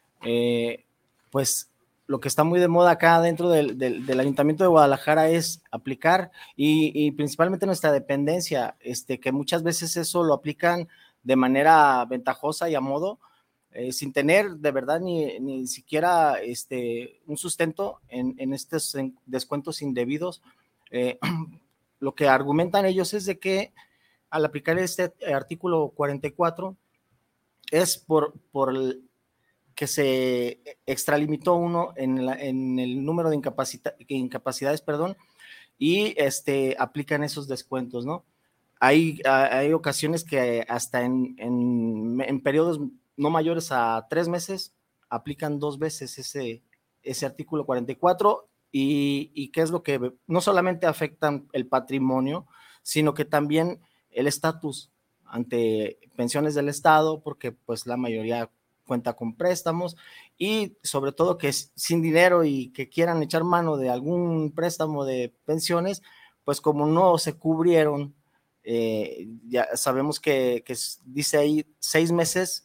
pues lo que está muy de moda acá dentro del Ayuntamiento de Guadalajara es aplicar y principalmente nuestra dependencia, que muchas veces eso lo aplican de manera ventajosa y a modo, sin tener de verdad ni siquiera un sustento en estos descuentos indebidos. Lo que argumentan ellos es de que al aplicar este artículo 44 es por que se extralimitó uno en el número de incapacidades, y aplican esos descuentos, ¿no? Hay ocasiones que hasta en periodos no mayores a 3 meses aplican 2 veces ese artículo 44 y qué es lo que no solamente afectan el patrimonio, sino que también el estatus ante pensiones del Estado, porque pues la mayoría cuenta con préstamos y sobre todo que es sin dinero y que quieran echar mano de algún préstamo de pensiones, pues como no se cubrieron, ya sabemos que dice ahí 6 meses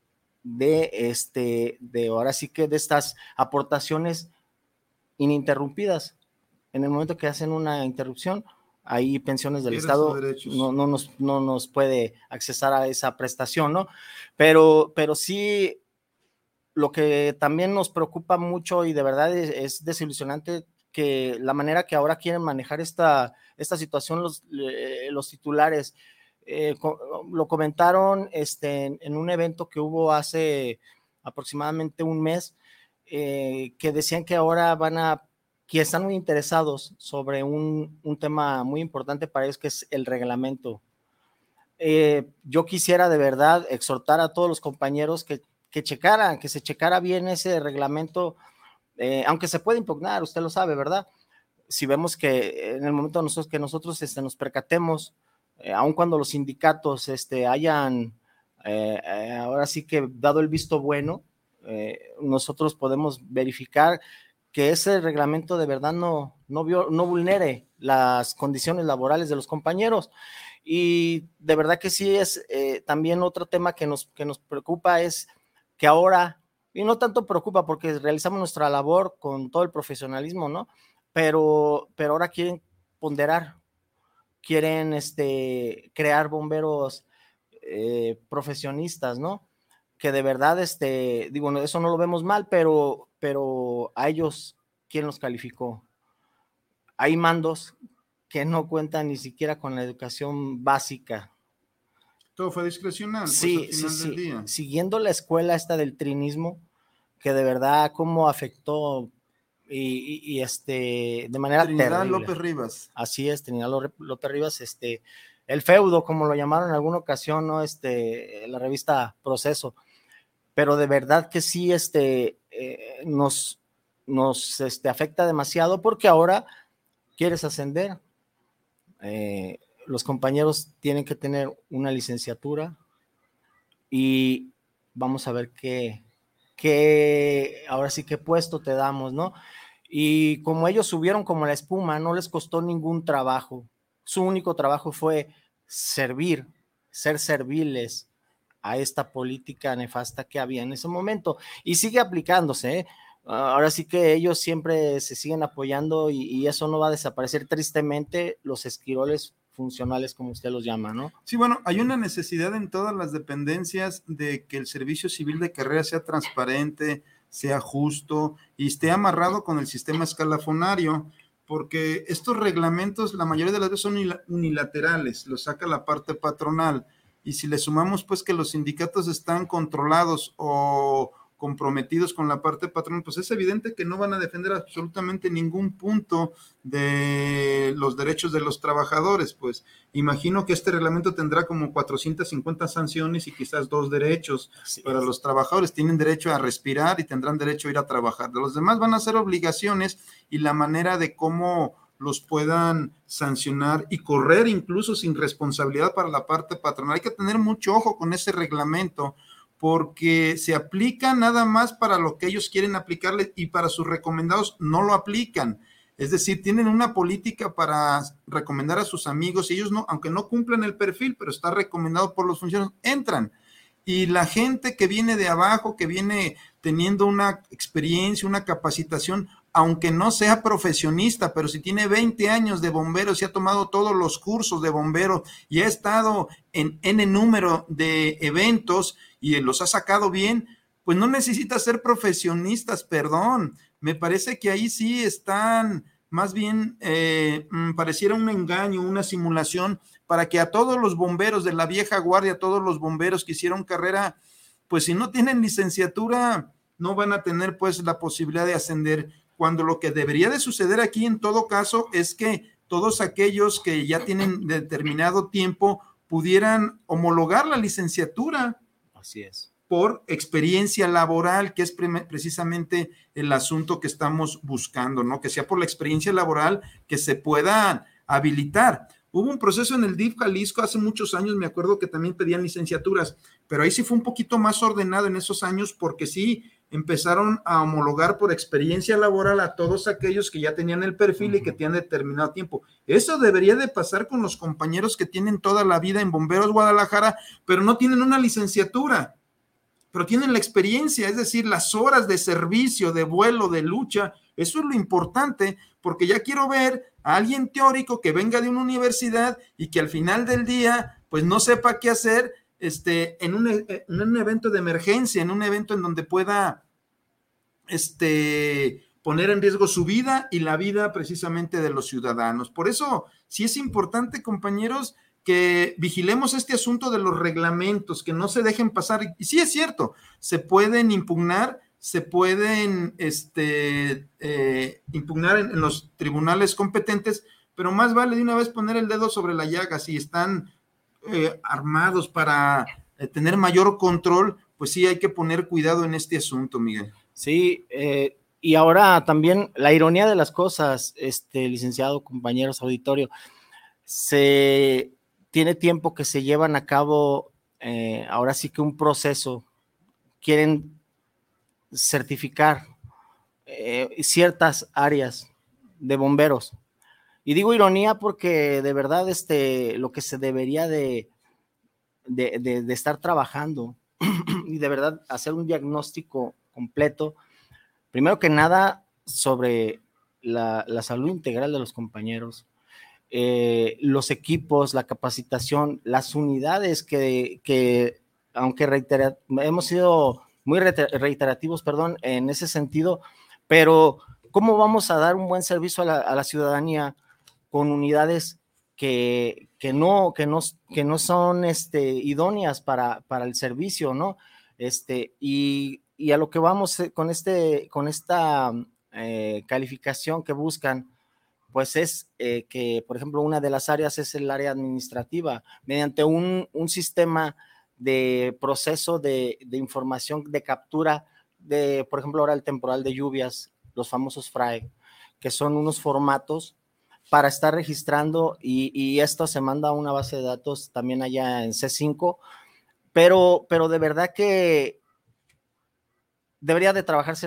de ahora sí que de estas aportaciones ininterrumpidas. En el momento que hacen una interrupción, ahí pensiones del Estado no nos puede accesar a esa prestación, ¿no? Pero sí, lo que también nos preocupa mucho y de verdad es desilusionante que la manera que ahora quieren manejar esta situación los titulares. Lo comentaron en un evento que hubo hace aproximadamente un mes, que decían que ahora que están muy interesados sobre un tema muy importante para ellos, que es el reglamento. Yo quisiera de verdad exhortar a todos los compañeros que se checara bien ese reglamento, aunque se puede impugnar, usted lo sabe, ¿verdad? Si vemos que en el momento que nosotros nos percatemos, aun cuando los sindicatos hayan ahora sí que dado el visto bueno, nosotros podemos verificar que ese reglamento de verdad no vulnere las condiciones laborales de los compañeros. Y de verdad que sí es también otro tema que nos preocupa, es que ahora, y no tanto preocupa porque realizamos nuestra labor con todo el profesionalismo, ¿no? Pero ahora quieren ponderar, quieren crear bomberos profesionistas, ¿no? Que de verdad, digo, eso no lo vemos mal, pero a ellos, ¿quién los calificó? Hay mandos que no cuentan ni siquiera con la educación básica. Todo fue discrecional, Sí, pues al final del día. Siguiendo la escuela esta del trinismo, que de verdad cómo afectó y de manera Trinidad terrible. López Rivas. Así es, Trinidad López Rivas, el feudo, como lo llamaron en alguna ocasión, ¿no? La revista Proceso. Pero de verdad que sí, nos afecta demasiado, porque ahora quieres ascender. Los compañeros tienen que tener una licenciatura y vamos a ver ahora sí qué puesto te damos, ¿no? Y como ellos subieron como la espuma, no les costó ningún trabajo. Su único trabajo fue servir, ser serviles a esta política nefasta que había en ese momento, y sigue aplicándose, ¿eh? Ahora sí que ellos siempre se siguen apoyando y eso no va a desaparecer, tristemente, los esquiroles funcionales, como usted los llama, ¿no? Sí, bueno, hay una necesidad en todas las dependencias de que el servicio civil de carrera sea transparente, sea justo y esté amarrado con el sistema escalafonario, porque estos reglamentos la mayoría de las veces son unilaterales, los saca la parte patronal, y si le sumamos pues que los sindicatos están controlados o comprometidos con la parte patronal, pues es evidente que no van a defender absolutamente ningún punto de los derechos de los trabajadores. Pues imagino que este reglamento tendrá como 450 sanciones y quizás 2 derechos. Sí, para los trabajadores. Tienen derecho a respirar y tendrán derecho a ir a trabajar. De los demás van a ser obligaciones, y la manera de cómo los puedan sancionar y correr incluso sin responsabilidad para la parte patronal. Hay que tener mucho ojo con ese reglamento, porque se aplica nada más para lo que ellos quieren aplicarle, y para sus recomendados no lo aplican. Es decir, tienen una política para recomendar a sus amigos, y ellos no, aunque no cumplan el perfil, pero está recomendado por los funcionarios, entran. Y la gente que viene de abajo, que viene teniendo una experiencia, una capacitación, aunque no sea profesionista, pero si tiene 20 años de bombero, si ha tomado todos los cursos de bombero y ha estado en N número de eventos y los ha sacado bien, pues no necesita ser profesionistas, perdón. Me parece que ahí sí están, más bien pareciera un engaño, una simulación, para que a todos los bomberos de la vieja guardia, a todos los bomberos que hicieron carrera, pues si no tienen licenciatura, no van a tener pues la posibilidad de ascender, cuando lo que debería de suceder aquí en todo caso es que todos aquellos que ya tienen determinado tiempo pudieran homologar la licenciatura. Así es. Por experiencia laboral, que es precisamente el asunto que estamos buscando, ¿no? Que sea por la experiencia laboral que se pueda habilitar. Hubo un proceso en el DIF Jalisco hace muchos años, me acuerdo que también pedían licenciaturas, pero ahí sí fue un poquito más ordenado en esos años, porque sí empezaron a homologar por experiencia laboral a todos aquellos que ya tenían el perfil y que tienen determinado tiempo. Eso debería de pasar con los compañeros que tienen toda la vida en Bomberos Guadalajara, pero no tienen una licenciatura, pero tienen la experiencia, es decir, las horas de servicio, de vuelo, de lucha. Eso es lo importante, porque ya quiero ver a alguien teórico que venga de una universidad y que al final del día pues no sepa qué hacer en un evento de emergencia, en un evento en donde pueda poner en riesgo su vida y la vida precisamente de los ciudadanos. Por eso sí es importante, compañeros, que vigilemos este asunto de los reglamentos, que no se dejen pasar. Y sí es cierto, se pueden impugnar, se pueden impugnar en los tribunales competentes, pero más vale de una vez poner el dedo sobre la llaga. Si están armados para tener mayor control, pues sí hay que poner cuidado en este asunto, Miguel. Sí, y ahora también la ironía de las cosas, licenciado, compañeros, auditorio, tiene tiempo que se llevan a cabo, ahora sí que un proceso, quieren certificar ciertas áreas de bomberos, Y digo ironía porque de verdad lo que se debería de estar trabajando y de verdad hacer un diagnóstico completo, primero que nada sobre la salud integral de los compañeros, los equipos, la capacitación, las unidades que aunque hemos sido muy reiterativos, en ese sentido, pero ¿cómo vamos a dar un buen servicio a la ciudadanía con unidades que no son idóneas para el servicio, ¿no? Y a lo que vamos con esta calificación que buscan, pues es que, por ejemplo, una de las áreas es el área administrativa, mediante un sistema de proceso de información, de captura de, por ejemplo, ahora el temporal de lluvias, los famosos FRAE, que son unos formatos para estar registrando y esto se manda a una base de datos también allá en C5, pero de verdad que debería de trabajarse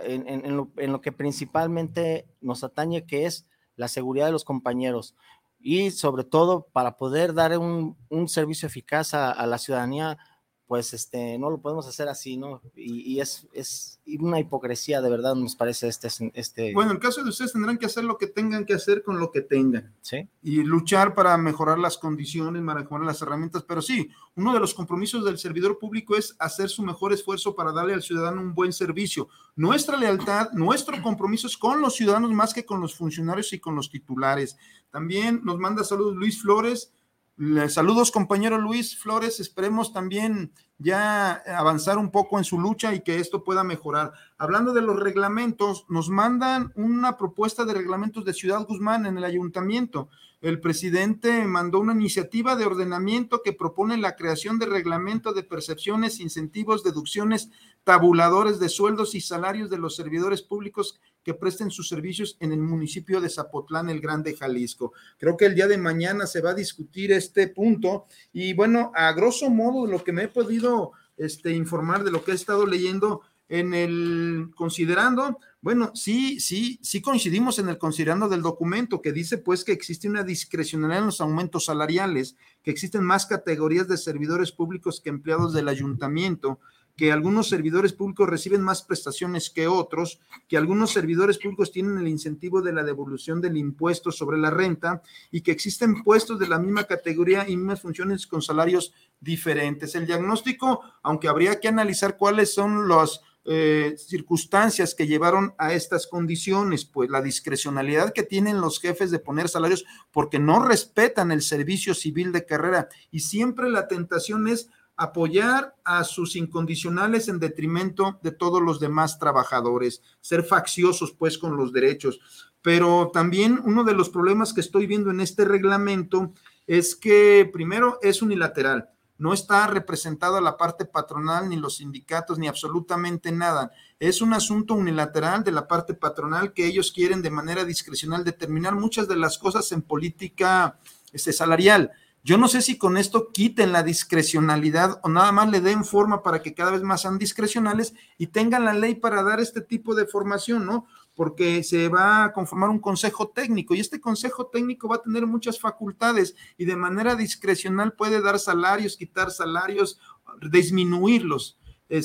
en lo que principalmente nos atañe, que es la seguridad de los compañeros y sobre todo para poder dar un servicio eficaz a la ciudadanía, pues no lo podemos hacer así, ¿no? Y es una hipocresía, de verdad, nos parece Bueno, en el caso de ustedes tendrán que hacer lo que tengan que hacer con lo que tengan. ¿Sí? Y luchar para mejorar las condiciones, mejorar las herramientas, pero sí, uno de los compromisos del servidor público es hacer su mejor esfuerzo para darle al ciudadano un buen servicio. Nuestra lealtad, nuestro compromiso es con los ciudadanos más que con los funcionarios y con los titulares. También nos manda saludos Luis Flores. Saludos, compañero Luis Flores, esperemos también ya avanzar un poco en su lucha y que esto pueda mejorar. Hablando de los reglamentos, nos mandan una propuesta de reglamentos de Ciudad Guzmán en el ayuntamiento. El presidente mandó una iniciativa de ordenamiento que propone la creación de reglamento de percepciones, incentivos, deducciones, tabuladores de sueldos y salarios de los servidores públicos que presten sus servicios en el municipio de Zapotlán, el Grande, Jalisco. Creo que el día de mañana se va a discutir este punto y bueno, a grosso modo lo que me he podido informar de lo que he estado leyendo en el considerando, bueno, sí coincidimos en el considerando del documento que dice pues que existe una discrecionalidad en los aumentos salariales, que existen más categorías de servidores públicos que empleados del ayuntamiento, que algunos servidores públicos reciben más prestaciones que otros, que algunos servidores públicos tienen el incentivo de la devolución del impuesto sobre la renta y que existen puestos de la misma categoría y mismas funciones con salarios diferentes. El diagnóstico, aunque habría que analizar cuáles son las circunstancias que llevaron a estas condiciones, pues la discrecionalidad que tienen los jefes de poner salarios porque no respetan el servicio civil de carrera y siempre la tentación es apoyar a sus incondicionales en detrimento de todos los demás trabajadores, ser facciosos pues con los derechos. Pero también uno de los problemas que estoy viendo en este reglamento es que primero es unilateral, no está representada la parte patronal, ni los sindicatos, ni absolutamente nada. Es un asunto unilateral de la parte patronal que ellos quieren de manera discrecional determinar muchas de las cosas en política salarial. Yo no sé si con esto quiten la discrecionalidad o nada más le den forma para que cada vez más sean discrecionales y tengan la ley para dar este tipo de formación, ¿no? Porque se va a conformar un consejo técnico y este consejo técnico va a tener muchas facultades y de manera discrecional puede dar salarios, quitar salarios, disminuirlos,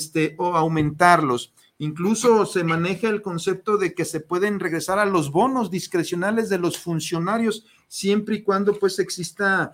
o aumentarlos. Incluso se maneja el concepto de que se pueden regresar a los bonos discrecionales de los funcionarios siempre y cuando pues exista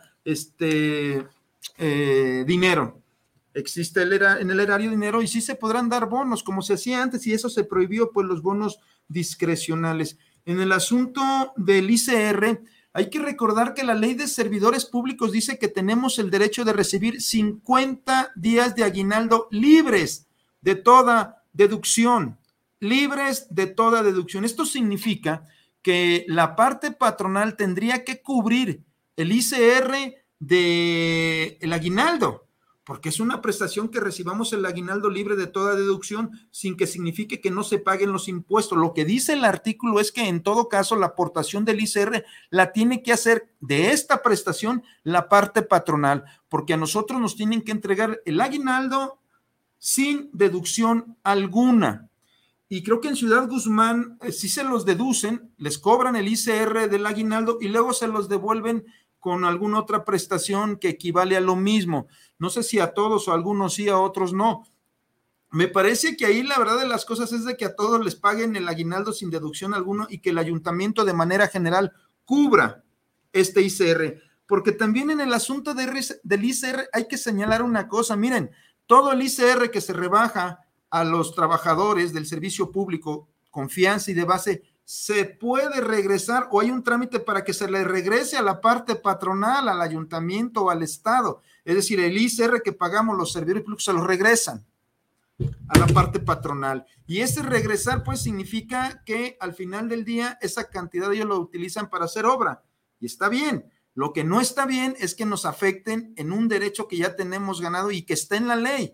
dinero. Existe en el erario dinero y sí se podrán dar bonos como se hacía antes y eso se prohibió pues los bonos discrecionales. En el asunto del ICR hay que recordar que la ley de servidores públicos dice que tenemos el derecho de recibir 50 días de aguinaldo libres de toda deducción, libres de toda deducción. Esto significa que la parte patronal tendría que cubrir el ICR del aguinaldo, porque es una prestación que recibamos el aguinaldo libre de toda deducción sin que signifique que no se paguen los impuestos. Lo que dice el artículo es que en todo caso la aportación del ICR la tiene que hacer de esta prestación la parte patronal, porque a nosotros nos tienen que entregar el aguinaldo sin deducción alguna. y creo que en Ciudad Guzmán sí se los deducen, les cobran el ICR del aguinaldo y luego se los devuelven con alguna otra prestación que equivale a lo mismo. No sé si a todos o a algunos sí, a otros no. Me parece que ahí la verdad de las cosas es de que a todos les paguen el aguinaldo sin deducción alguna y que el ayuntamiento de manera general cubra este ICR, porque también en el asunto del ICR hay que señalar una cosa, miren, todo el ICR que se rebaja a los trabajadores del servicio público con fianza y de base, se puede regresar o hay un trámite para que se le regrese a la parte patronal, al ayuntamiento o al estado, es decir, el ICR que pagamos los servidores públicos se los regresan a la parte patronal, y ese regresar pues significa que al final del día esa cantidad ellos lo utilizan para hacer obra, y está bien. Lo que no está bien es que nos afecten en un derecho que ya tenemos ganado y que está en la ley.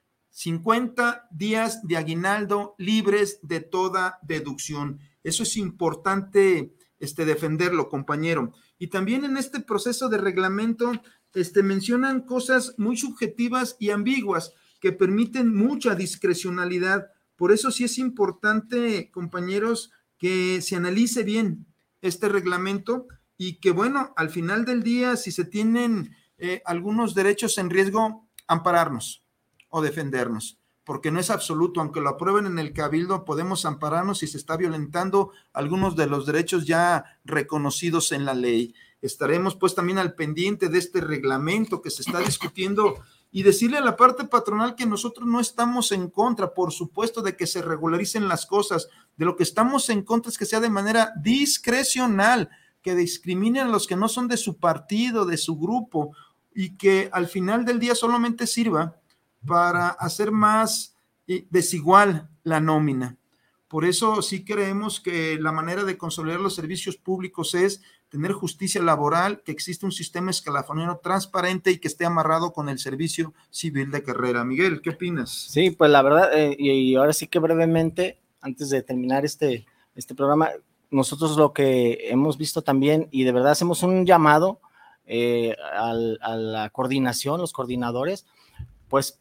50 días de aguinaldo libres de toda deducción. Eso es importante defenderlo, compañero. Y también en este proceso de reglamento mencionan cosas muy subjetivas y ambiguas que permiten mucha discrecionalidad. Por eso sí es importante, compañeros, que se analice bien este reglamento y que, bueno, al final del día, si se tienen algunos derechos en riesgo, ampararnos o defendernos, porque no es absoluto, aunque lo aprueben en el cabildo, podemos ampararnos si se está violentando algunos de los derechos ya reconocidos en la ley. Estaremos pues también al pendiente de este reglamento que se está discutiendo y decirle a la parte patronal que nosotros no estamos en contra, por supuesto, de que se regularicen las cosas. De lo que estamos en contra es que sea de manera discrecional, que discriminen a los que no son de su partido, de su grupo, y que al final del día solamente sirva para hacer más desigual la nómina. Por eso sí creemos que la manera de consolidar los servicios públicos es tener justicia laboral, que existe un sistema escalafonero transparente y que esté amarrado con el servicio civil de carrera. Miguel, ¿qué opinas? Sí, pues la verdad, y ahora sí que brevemente, antes de terminar este programa, nosotros lo que hemos visto también, y de verdad hacemos un llamado a la coordinación, los coordinadores, pues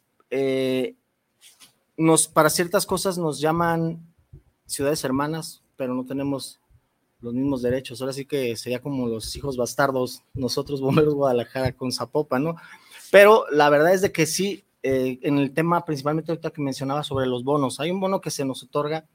para ciertas cosas nos llaman ciudades hermanas, pero no tenemos los mismos derechos. Ahora sí que sería como los hijos bastardos, nosotros Bomberos Guadalajara con Zapopan, ¿no? Pero la verdad es de que sí, en el tema principalmente ahorita que mencionaba sobre los bonos, hay un bono que se nos otorga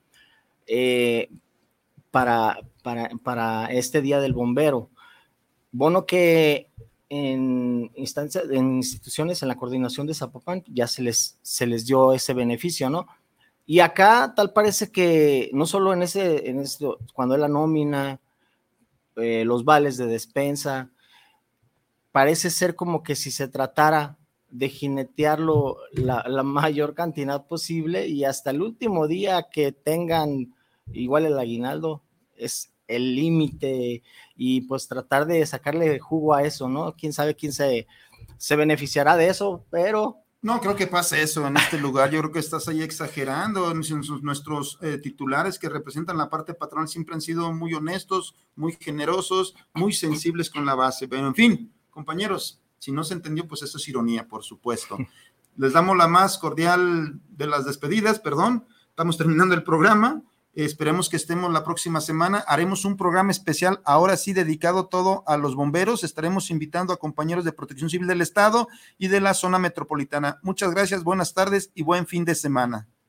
para este Día del Bombero, bono que en instituciones, en la coordinación de Zapopan, ya se les dio ese beneficio, ¿no? Y acá tal parece que no solo en cuando es la nómina, los vales de despensa, parece ser como que si se tratara de jinetearlo la mayor cantidad posible y hasta el último día que tengan igual el aguinaldo es el límite y pues tratar de sacarle jugo a eso, ¿no? Quién sabe quién se beneficiará de eso, pero... No creo que pase eso en este lugar, yo creo que estás ahí exagerando. Nuestros titulares que representan la parte patronal siempre han sido muy honestos, muy generosos, muy sensibles con la base, pero en fin, compañeros, si no se entendió, pues eso es ironía, por supuesto. Les damos la más cordial de las despedidas, perdón, estamos terminando el programa. Esperemos que estemos la próxima semana. Haremos un programa especial, ahora sí dedicado todo a los bomberos. Estaremos invitando a compañeros de Protección Civil del Estado y de la zona metropolitana. Muchas gracias, buenas tardes y buen fin de semana.